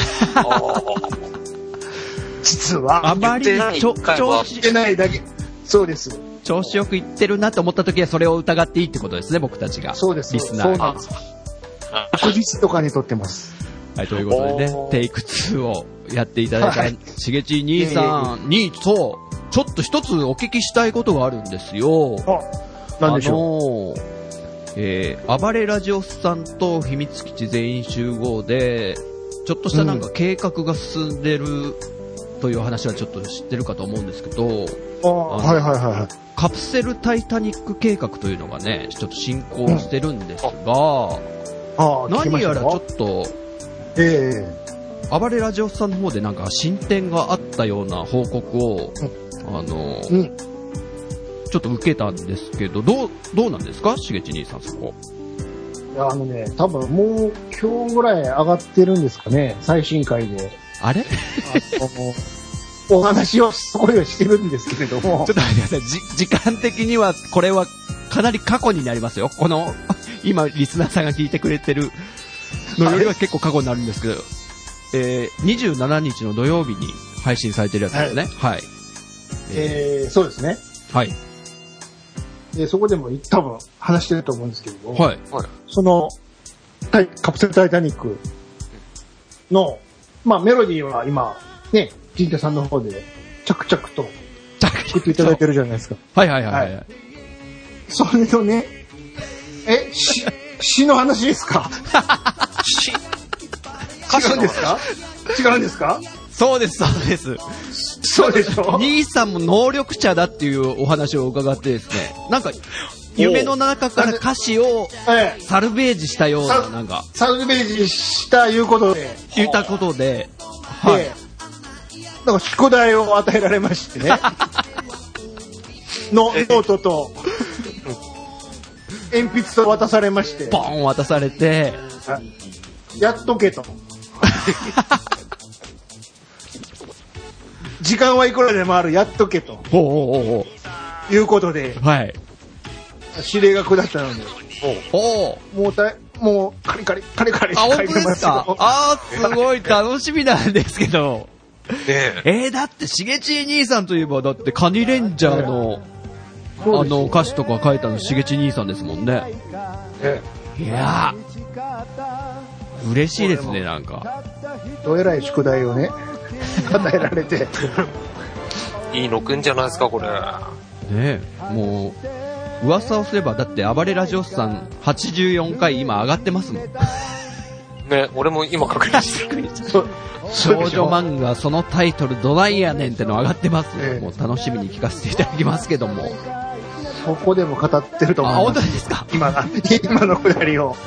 S2: 実は。
S1: あまりに調子
S2: してないだけ。そうです。
S1: 調子よくいってるなと思った時はそれを疑っていいってことですね、僕たちが。
S2: そうです。
S1: リスナーが。
S2: 確実とかに撮ってます。
S1: はい、ということでね、テイク2をやっていただいた、しげち兄さんに、そう、ちょっと一つお聞きしたいことがあるんですよ。
S2: なんでしょう。
S1: 暴れラジオスさんと秘密基地全員集合で、ちょっとしたなんか計画が進んでるという話はちょっと知ってるかと思うんですけど、カプセルタイタニック計画というのがね、ちょっと進行してるんですが、何やらちょっと、暴れラジオさんの方でなんか進展があったような報告を、ちょっと受けたんですけど、どうなんですか、しげち兄さん、そこ。
S2: いや、多分もう今日ぐらい上がってるんですかね、最新回で。
S1: あれ
S2: お話をそこではしてるんですけれども。
S1: ちょっと待ってください。時間的には、これはかなり過去になりますよ。この、今、リスナーさんが聞いてくれてるのよりは結構過去になるんですけど、27日の土曜日に配信されてるやつですね。はい。
S2: そうですね。
S1: はい。
S2: そこでも多分話してると思うんですけれども、
S1: はい。
S2: その、カプセルタイタニックの、メロディーは今、ね、ジンタさんの方で着々と作っていただいてるじゃないですか。
S1: はい。
S2: それとね、詩の話ですか？詩違うんですか？違うんですか？
S1: そうです。
S2: そうでしょ？
S1: 兄さんも能力者だっていうお話を伺ってですね、なんか、夢の中から歌詞をサルベージしたような、なんか。
S2: サルベージしたいうことで。
S1: 言ったことで、はい。
S2: なんか宿題を与えられましてね。ノートと、鉛筆と渡されまして。
S1: ポン渡されて、
S2: やっとけと。時間はいくらでもある、やっとけと。いうことで、
S1: はい。
S2: 指令が下ったので、もうカリカリ書いてますよ。
S1: すごい楽しみなんですけど。だってしげち兄さんといえば、だってカニレンジャーの、歌詞とか書いたのしげち兄さんですもんね。いやー、嬉しいですね、なんか。
S2: どえらい宿題をね、与えられて。
S3: いいのくんじゃないですか、これ。
S1: ねえ、もう、噂をすれば、だって暴れラジオスさん84回今上がってますもん。
S3: ね、俺も今確認してる。
S1: 少女漫画そのタイトルどないやねんっての上がってますよ。もう楽しみに聞かせていただきますけども。
S2: そこでも語ってると思います。
S1: 本当ですか？
S2: 今のくだりを。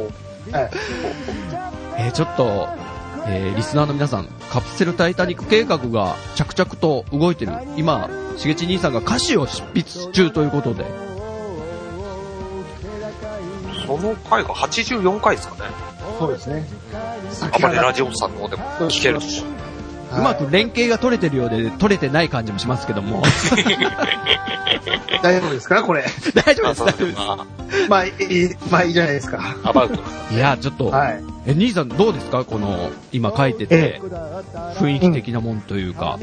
S1: ちょっと、リスナーの皆さん、カプセルタイタニック計画が着々と動いてる。今、しげち兄さんが歌詞を執筆中ということで。
S3: その回が84回ですかね。
S2: そうですね。
S3: 暴れラジオさんの方でも聞けるし。
S1: うまく連携が取れてるようで取れてない感じもしますけども。
S2: 大丈夫ですかこれ。
S1: 大丈夫です。
S2: まあいいじゃないですか。
S3: アバウト。
S1: いや、ちょっと、兄さんどうですかこの、今書いてて、雰囲気的なもんというか。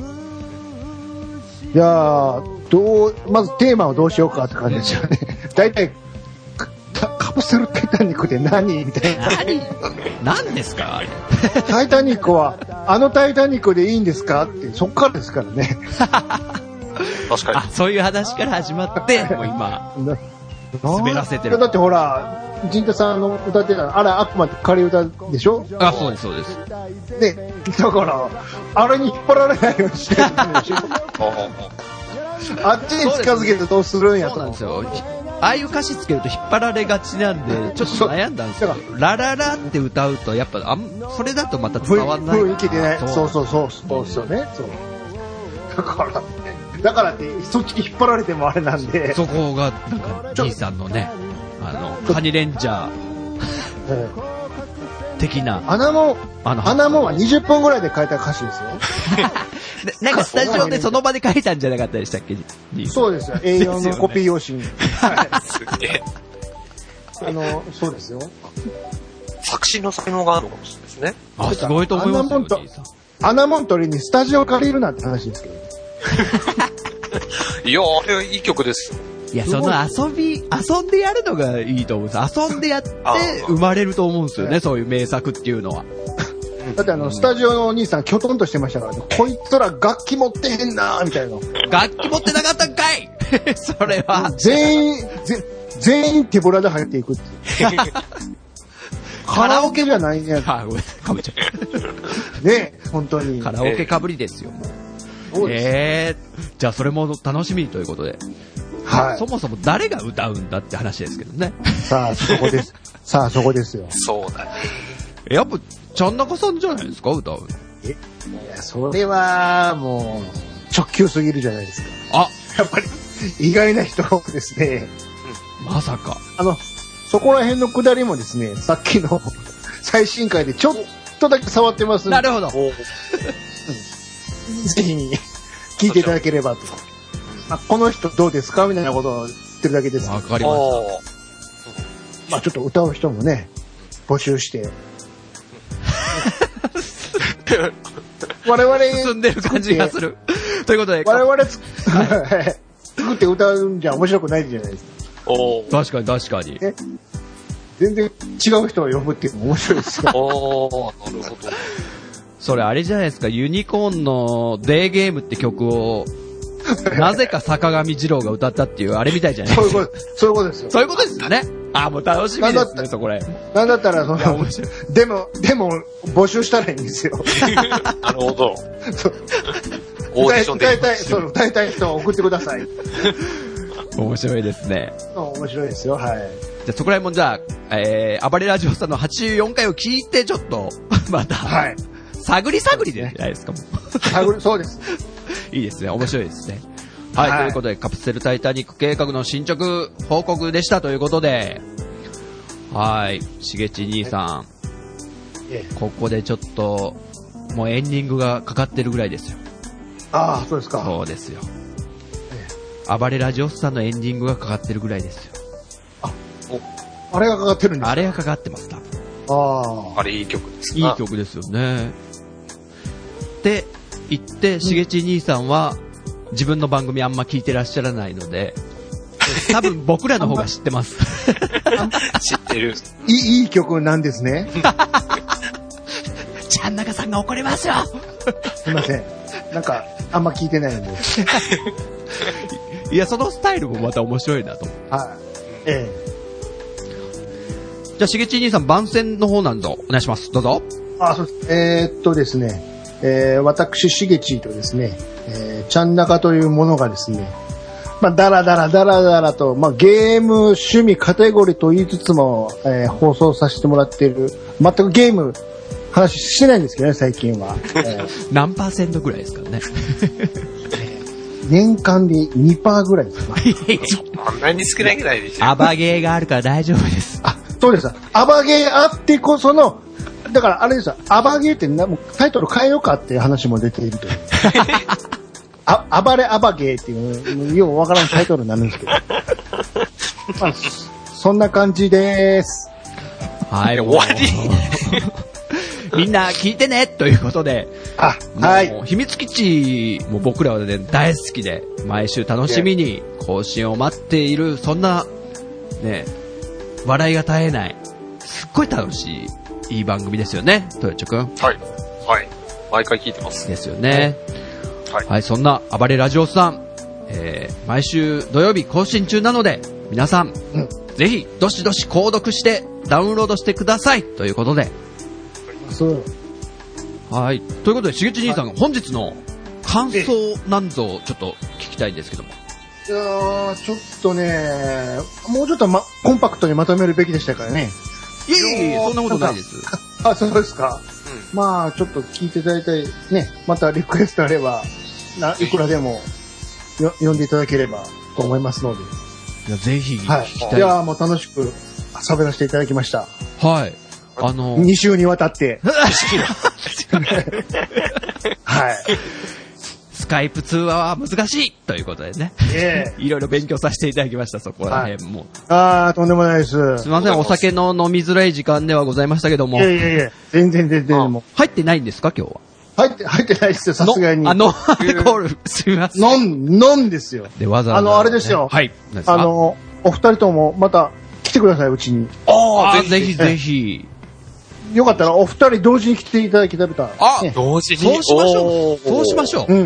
S2: いやー、まずテーマをどうしようかって感じですよね。大体、カプセルタイタニックって何みたいな。
S1: 何ですかあれ。
S2: タイタニックは、タイタニックでいいんですかって、そっからですからね。
S3: 確かに。
S1: そういう話から始まって、もう今。 滑らせてる。
S2: だってほら、陣太さんの歌ってた、あれあくまで仮歌でしょ？
S1: あ、そうです、そうです。
S2: で、だから、あれに引っ張られないようにしてるんでしょ？あっちに近づけてどうするんやと。
S1: そうなんですよ。ああいう歌詞つけると引っ張られがちなんで、ちょっと悩んだんですよ。ラララって歌うと、やっぱ、それだとまた伝わんない。
S2: 雰囲気でね。そうですよね。そう。だからって、そっちに引っ張られてもあれなんで。
S1: そこが、なんか、兄さんのね、カニレンジャー的な。
S2: アナモンは20分ぐらいで書いた歌詞ですよ。
S1: なんかスタジオでその場で書いたんじゃなかったでしたっけ？
S2: そうですよ。A4 のコピー用紙に。
S3: すげえ。
S2: そうですよ。
S3: 作詞の才能があるかもしれないですね。
S1: あ、すごいと思いますよ。
S2: アナモン取りにスタジオ借りるなんて話ですけど。
S3: いや、あれいい曲です。
S1: いや、その遊んでやるのがいいと思うんです。遊んでやって生まれると思うんですよね、そういう名作っていうのは。
S2: だってスタジオのお兄さん、きょとんとしてましたからね。こいつら楽器持ってへんなーみたいな。
S1: 楽器持ってなかったんかいそれは。
S2: 全員手ぶらで入っていくっていう。カラオケじゃないね。
S1: あ、ごめん、かぶっちゃった。
S2: ね、本当に。
S1: カラオケかぶりですよ、もう。じゃあそれも楽しみということで。はい。そもそも誰が歌うんだって話ですけどね。
S2: さあ、そこです。さあ、そこですよ。
S3: そうだね。
S1: やっぱ、ちゃんなかさんじゃないですか、歌う。
S2: いや、それは、もう、直球すぎるじゃないですか。
S1: あ、
S2: やっぱり、意外な人ですね。
S1: まさか。
S2: そこら辺のくだりもですね、さっきの最新回でちょっとだけ触ってます。
S1: なるほど。ぜ
S2: ひ、聞いていただければと。この人どうですかみたいなことを言ってるだけです。
S1: わかりました。
S2: ちょっと歌う人もね、募集して。我々
S1: 進んでる感じがする。ということで、
S2: 我々作って歌うんじゃ面白くないじゃないですか。
S1: 確かに確かに。
S2: 全然違う人を呼ぶっていうのも面白いですよ。
S3: なるほど。
S1: それあれじゃないですか、ユニコーンのデーゲームって曲を、なぜか坂上二郎が歌ったっていう、あれみたいじゃないですか。
S2: そういうことですよ。
S1: そういうことですよね。あ、もう楽しみですね、そこら。
S2: なんだったら、でも、募集したらいいんですよ。
S3: なるほど。
S2: 歌いたい人を送ってください。
S1: 面白いですね。
S2: 面白いですよ、はい。
S1: じゃあそこら辺もじゃあ、暴れラジオさんの84回を聞いて、ちょっと、また、はい。探りでじゃないですか、もう。
S2: そうです。
S1: いいですね、面白いですね。はい、ということで、カプセルタイタニック計画の進捗報告でしたということで、はい、しげち兄さん、ここでちょっと、もうエンディングがかかってるぐらいですよ。
S2: ああ、そうですか。
S1: そうですよ。暴れラジオスさんのエンディングがかかってるぐらいですよ。
S2: あれがかかってるんですか？
S1: あれがかかってます、
S3: あれいい曲ですね。
S1: いい曲ですよね。って言って、しげち兄さんは、自分の番組あんま聞いてらっしゃらないので、多分僕らの方が知ってます。
S3: 知ってる。
S2: いい曲なんですね。
S1: ちゃんなかさんが怒りますよ。
S2: すいません。なんか、あんま聞いてないんで。
S1: いや、そのスタイルもまた面白いなと思う。
S2: はい。
S1: じゃあ、しげち兄さん、番宣の方なんぞ、お願いします。どうぞ。
S2: そうですね。私、しげちとですね、ちゃんなかというものがですね、だらだらと、ゲーム趣味カテゴリーと言いつつも、放送させてもらっている、全くゲーム、話してないんですけどね、最近は。
S1: 何%ぐらいですかね。
S2: 年間で 2% ぐらいですか。
S3: あんなに少ないぐらいでしょ。
S1: アバゲーがあるから大丈夫です。
S2: そうです。アバゲーあってこその、だからあれですよ、アバゲーってもうタイトル変えようかっていう話も出ているという。暴れアバゲーっていう、ようわからんタイトルになるんですけど。そんな感じです。
S3: はい、終わり。
S1: みんな聞いてねということで、
S2: はい。
S1: 秘密基地も僕らはね、大好きで、毎週楽しみに更新を待っている、そんな、ね、笑いが絶えない、すっごい楽しい、いい番組ですよね、トヨチョくん。
S3: はい。はい。毎回聞いてます。
S1: ですよね。
S3: はい。
S1: はい、そんな暴れラジオさん、毎週土曜日更新中なので、 皆さん、ぜひどしどし購読してダウンロードしてくださいということで。
S2: そう。
S1: はい。ということで、しげち兄さん、本日の感想なんぞをちょっと聞きたいんですけども。
S2: いやー、ちょっとね、もうちょっとコンパクトにまとめるべきでしたからね。
S1: いえ、そんなことないです。
S2: あ、そうですか。まあ、ちょっと聞いていただいて、ね、またリクエストあれば、いくらでも呼んでいただければと思いますので。
S1: いや、ぜひ聞きたい。
S2: はい。いや、もう楽しく喋らせていただきました。
S1: はい。
S2: 2週にわたって。はい。
S1: スカイプ通話は難しいということでね。いろいろ勉強させていただきました、そこら辺も。
S2: とんでもないです。
S1: すみません、お酒の飲みづらい時間ではございましたけども。
S2: いや、全然もう。
S1: 入ってないんですか、今日は。
S2: 入ってないですよ、さすがに。
S1: ノンアルコール、すみません。
S2: ノンですよ。
S1: で、わざわざ。
S2: あれですよ。
S1: はい。
S2: お二人ともまた来てください、うちに。
S1: ぜひぜひ。
S2: よかったらお二人同時に来ていただけたら。
S3: 同時に。
S1: そうしましょう。そうしましょう。
S2: うん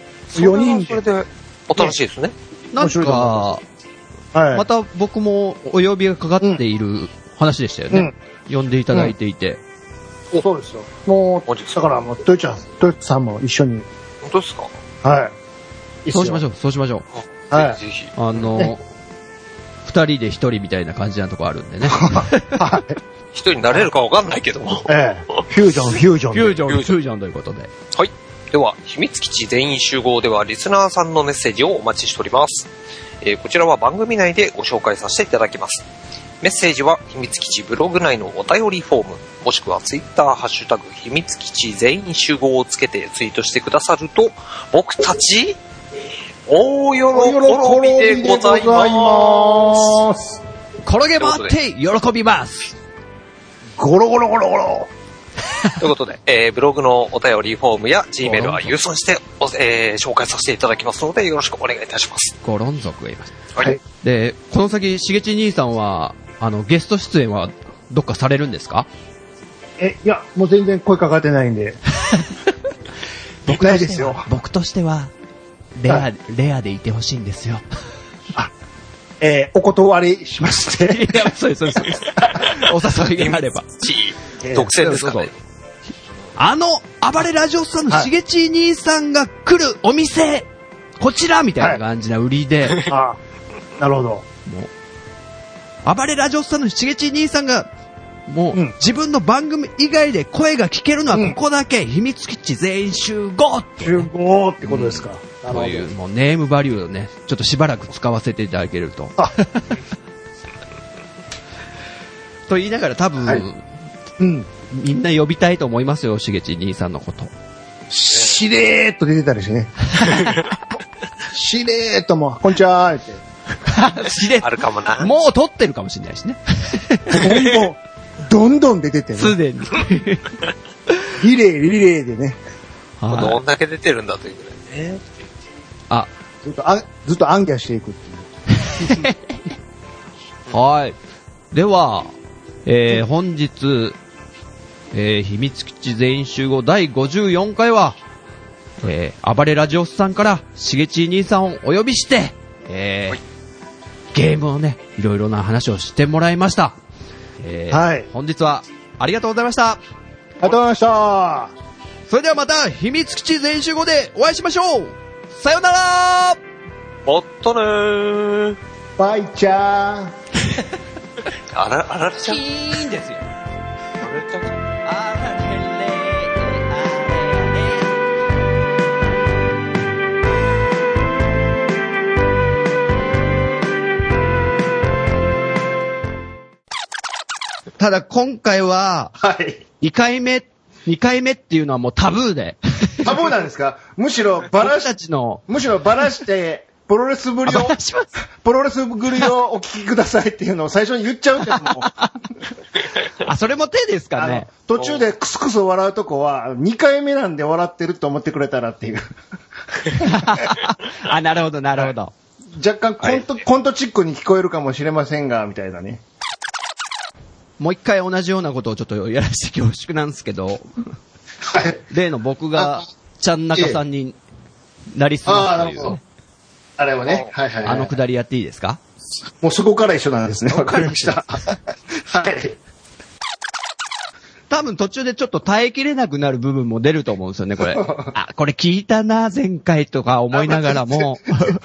S2: 。4人で。
S3: それで、新しいですね。
S1: なんか、また僕もお呼びがかかっている話でしたよね。呼んでいただいていて。
S2: そうですよ。もう、だからもう、トヨッツさんも一緒に。
S3: 本当ですか？
S2: はい。
S1: そうしましょう。
S3: はい。ぜひ。
S1: 二人で一人みたいな感じなとこあるんでね。
S2: はい。
S3: 一人になれるかわかんないけども。
S2: フュージョン
S1: ということで。
S3: はい。では、秘密基地全員集合ではリスナーさんのメッセージをお待ちしております。こちらは番組内でご紹介させていただきます。メッセージは秘密基地ブログ内のお便りフォーム、もしくはツイッターハッシュタグ秘密基地全員集合をつけてツイートしてくださると、僕たち、大喜びでございます。
S1: 転げ回って喜びます。
S2: ゴロゴロゴロゴロ。
S3: ということで、ブログのお便りフォームや Gmail は郵送して、紹介させていただきますのでよろしくお願いいたします。
S1: ご論族がいます。
S3: はい。
S1: で、この先、しげち兄さんは、ゲスト出演はどっかされるんですか？
S2: いや、もう全然声かかってないんで。僕ないですよ。
S1: 僕としては、レアでいてほしいんですよ。
S2: お断りしまして。
S1: いや、そうです。お誘いがあれば。
S3: 独占ですかね。
S1: 暴れラジオさんのしげち兄さんが来るお店、こちらみたいな感じな売りで。
S2: なるほど。
S1: もう、暴れラジオさんのしげち兄さんが、もう、自分の番組以外で声が聞けるのはここだけ、秘密基地全員集合って、
S2: 集合ってことですか。
S1: そういう、もうネームバリューをね、ちょっとしばらく使わせていただけると。と言いながら多分、みんな呼びたいと思いますよ、しげち兄さんのこと。
S2: しれーっと出てたりしてね。しれーっともう、こんにちはーって。
S3: しれーあるかもな。
S1: もう撮ってるかもしれないしね。
S2: どんどん出ててね。
S1: すでに。
S2: リレーでね。
S3: どんだけ出てるんだというぐらいね。
S2: ずっと暗記していくっていう。
S1: はい。では、本日、秘密基地全員集合第54回は、暴れラジオスさんからしげち兄さんをお呼びして、ゲームをね、いろいろな話をしてもらいました。本日はありがとうございました。
S2: ありがとうございました。
S1: それではまた秘密基地全員集合でお会いしましょう。さよなら。
S3: またねー。
S2: バイチャー。
S3: あられちゃん。
S1: キーンですよ。
S3: あられちゃん。
S1: ただ今回は、2回目っていうのはもうタブーで。
S2: タブーなんですか？むしろバラして、プロレスぶりをお聞きくださいっていうのを最初に言っちゃうんですもん。
S1: それも手ですかね。
S2: 途中でクスクス笑うとこは、2回目なんで笑ってると思ってくれたらっていう。
S1: なるほど。
S2: 若干コントチックに聞こえるかもしれませんが、みたいなね。
S1: もう一回同じようなことをちょっとやらせて恐縮なんですけど、例の僕がちゃん中さんになりすましたというね。
S2: あれもね。
S1: くだりやっていいですか？
S2: もうそこから一緒なんですね。わかりました。はい。
S1: 多分途中でちょっと耐えきれなくなる部分も出ると思うんですよね、これ。あ、これ聞いたな、前回とか思いながらも。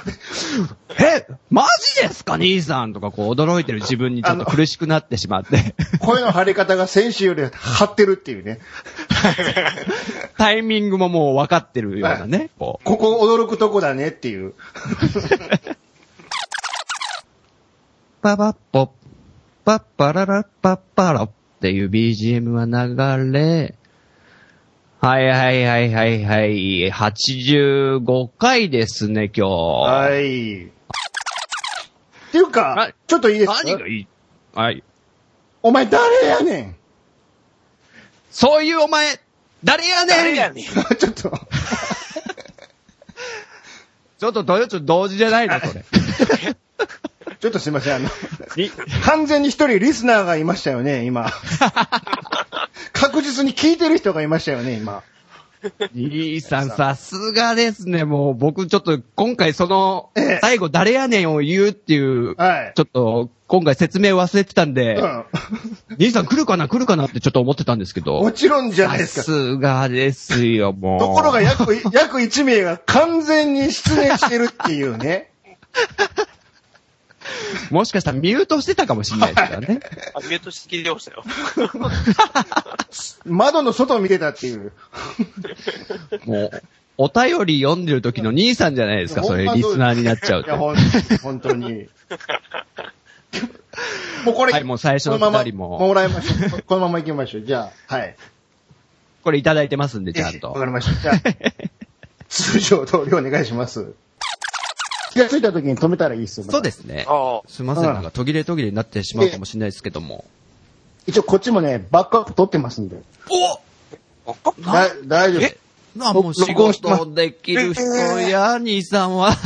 S1: マジですか、兄さんとかこう驚いてる自分にちょっと苦しくなってしまって。
S2: 声の張り方が先週より張ってるっていうね。
S1: タイミングももう分かってるようなね。
S2: ここ驚くとこだねっていう。
S1: パパッポ、パッパララッパッパラっていう BGM は流れ、はい、85回ですね、今日。
S2: はい。っていうか、ちょっといいですか？
S1: 何がいい？はい。
S2: お前誰やねん。
S1: そういうお前、誰やねん。
S3: 誰やねん。
S2: ちょっと。
S1: ちょっと同時じゃないの、それ。
S2: ちょっとすいません、完全に一人リスナーがいましたよね、今。確実に聞いてる人がいましたよね、今。
S1: 兄さん、さすがですね。もう僕ちょっと今回その、最後誰やねんを言うっていう、ちょっと今回説明忘れてたんで、兄さん来るかなってちょっと思ってたんですけど。
S2: もちろんじゃないですか。
S1: さすがですよ、もう。
S2: ところが約1名が完全に失念してるっていうね。
S1: もしかしたらミュートしてたかもしれないですからね。
S3: ミュートしきりましたよ。
S2: 窓の外を見てたっていう。
S1: もう、お便り読んでる時の兄さんじゃないですか、それリスナーになっちゃうと。
S2: いや、本当に。もうこれ、
S1: はい、もう最初の二人も。
S2: もらいましょう。このまま行きましょう。じゃあ、はい。
S1: これいただいてますんで、ちゃんと。
S2: わかりました。じゃあ、通常通りお願いします。気がついた時に止めたらいいっすよ。
S1: そうですね。すいません、なんか途切れになってしまうかもしれないですけども。
S2: 一応こっちもね、バックアップ取ってますんで。大丈夫。
S1: もう仕事できる人や、兄さんは。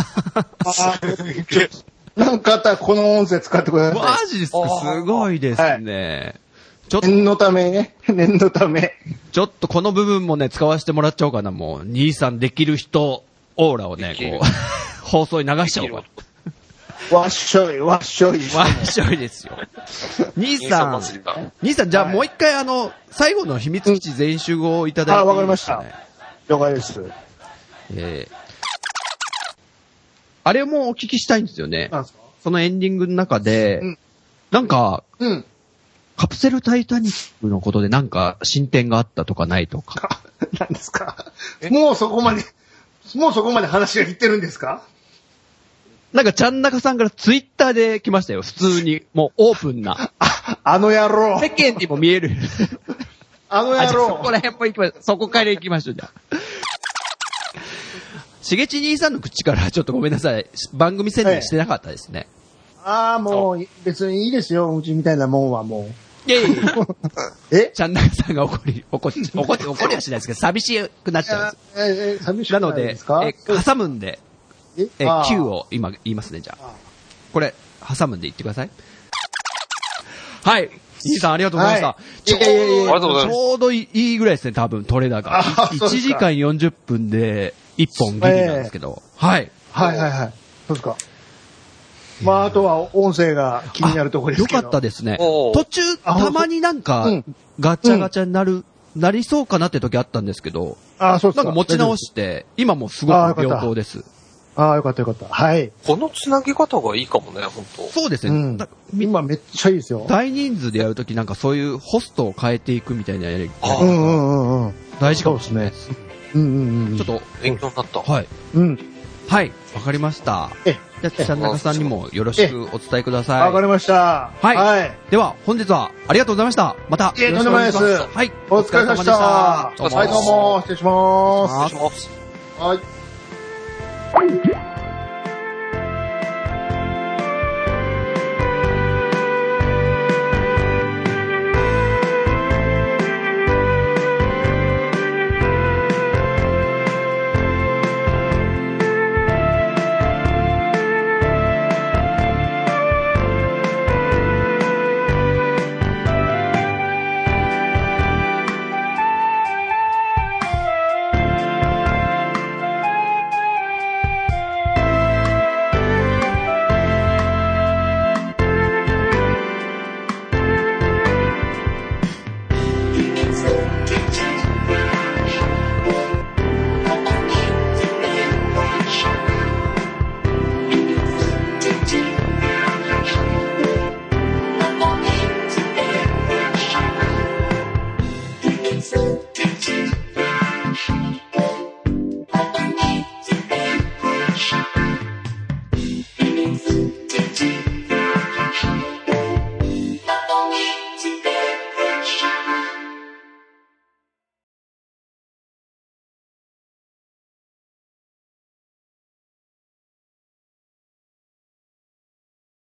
S2: なんかあったらこの音声使ってください。
S1: マジですか？すごいですね。ちょっと
S2: 念のためね。念のため。
S1: ちょっとこの部分もね、使わせてもらっちゃおうかな、もう。兄さんできる人、オーラをね、こう、放送に流しちゃおうか。
S2: わっしょい
S1: ですよ。兄さん、じゃあもう一回最後の秘密基地全員集合をいただいていいですかね。
S2: わかりました。了解です。
S1: あれもお聞きしたいんですよね。そのエンディングの中で、なんか、カプセルタイタニックのことでなんか進展があったとかないとか。
S2: 何ですか？もうそこまで話がいってるんですか？
S1: なんか、ちゃんなかさんからツイッターで来ましたよ。普通に。もう、オープンな。
S2: あの野郎。
S1: 世間にも見える。
S2: あの野郎。
S1: そこら辺も行きましょう。そこから行きましょう、じゃあ。しげち兄さんの口からちょっとごめんなさい。番組宣伝してなかったですね。
S2: もう、別にいいですよ。うちみたいなもんはもう。
S1: いやちゃんなかさんが怒りはしないですけど、寂しくなっちゃうんです。
S2: 寂しくないですか？
S1: なので、挟むんで。Q を今言いますね、じゃあ。これ、挟むんで言ってください。はい。兄さんありがとうございました。ちょうどいいぐらいですね、多分、取れ高。1時間40分で1本ギリなんですけど。はい。
S2: そうですか。あとは音声が気になるところですけど。
S1: よかったですね。途中、たまになんか、ガチャガチャになりそうかなって時あったんですけど、なんか持ち直して、今もすごく良好です。
S2: よかった。はい。
S3: このつなぎ方がいいかもね、本当。
S1: そうですね。
S2: 今めっちゃいいですよ。
S1: 大人数でやるときなんかそういうホストを変えていくみたいなやり方。大事かもしれないです。ちょっと
S3: 勉強になった。
S1: はい。はい、わかりました。じゃあ、ちゃんなかさんにもよろしくお伝えください。
S2: わかりました。
S1: はい。では、本日はありがとうございました。また、
S2: とんでもないです。
S1: はい。
S2: お疲れ様でした。はい、どうも。失礼します。
S3: 失礼します。
S2: はい。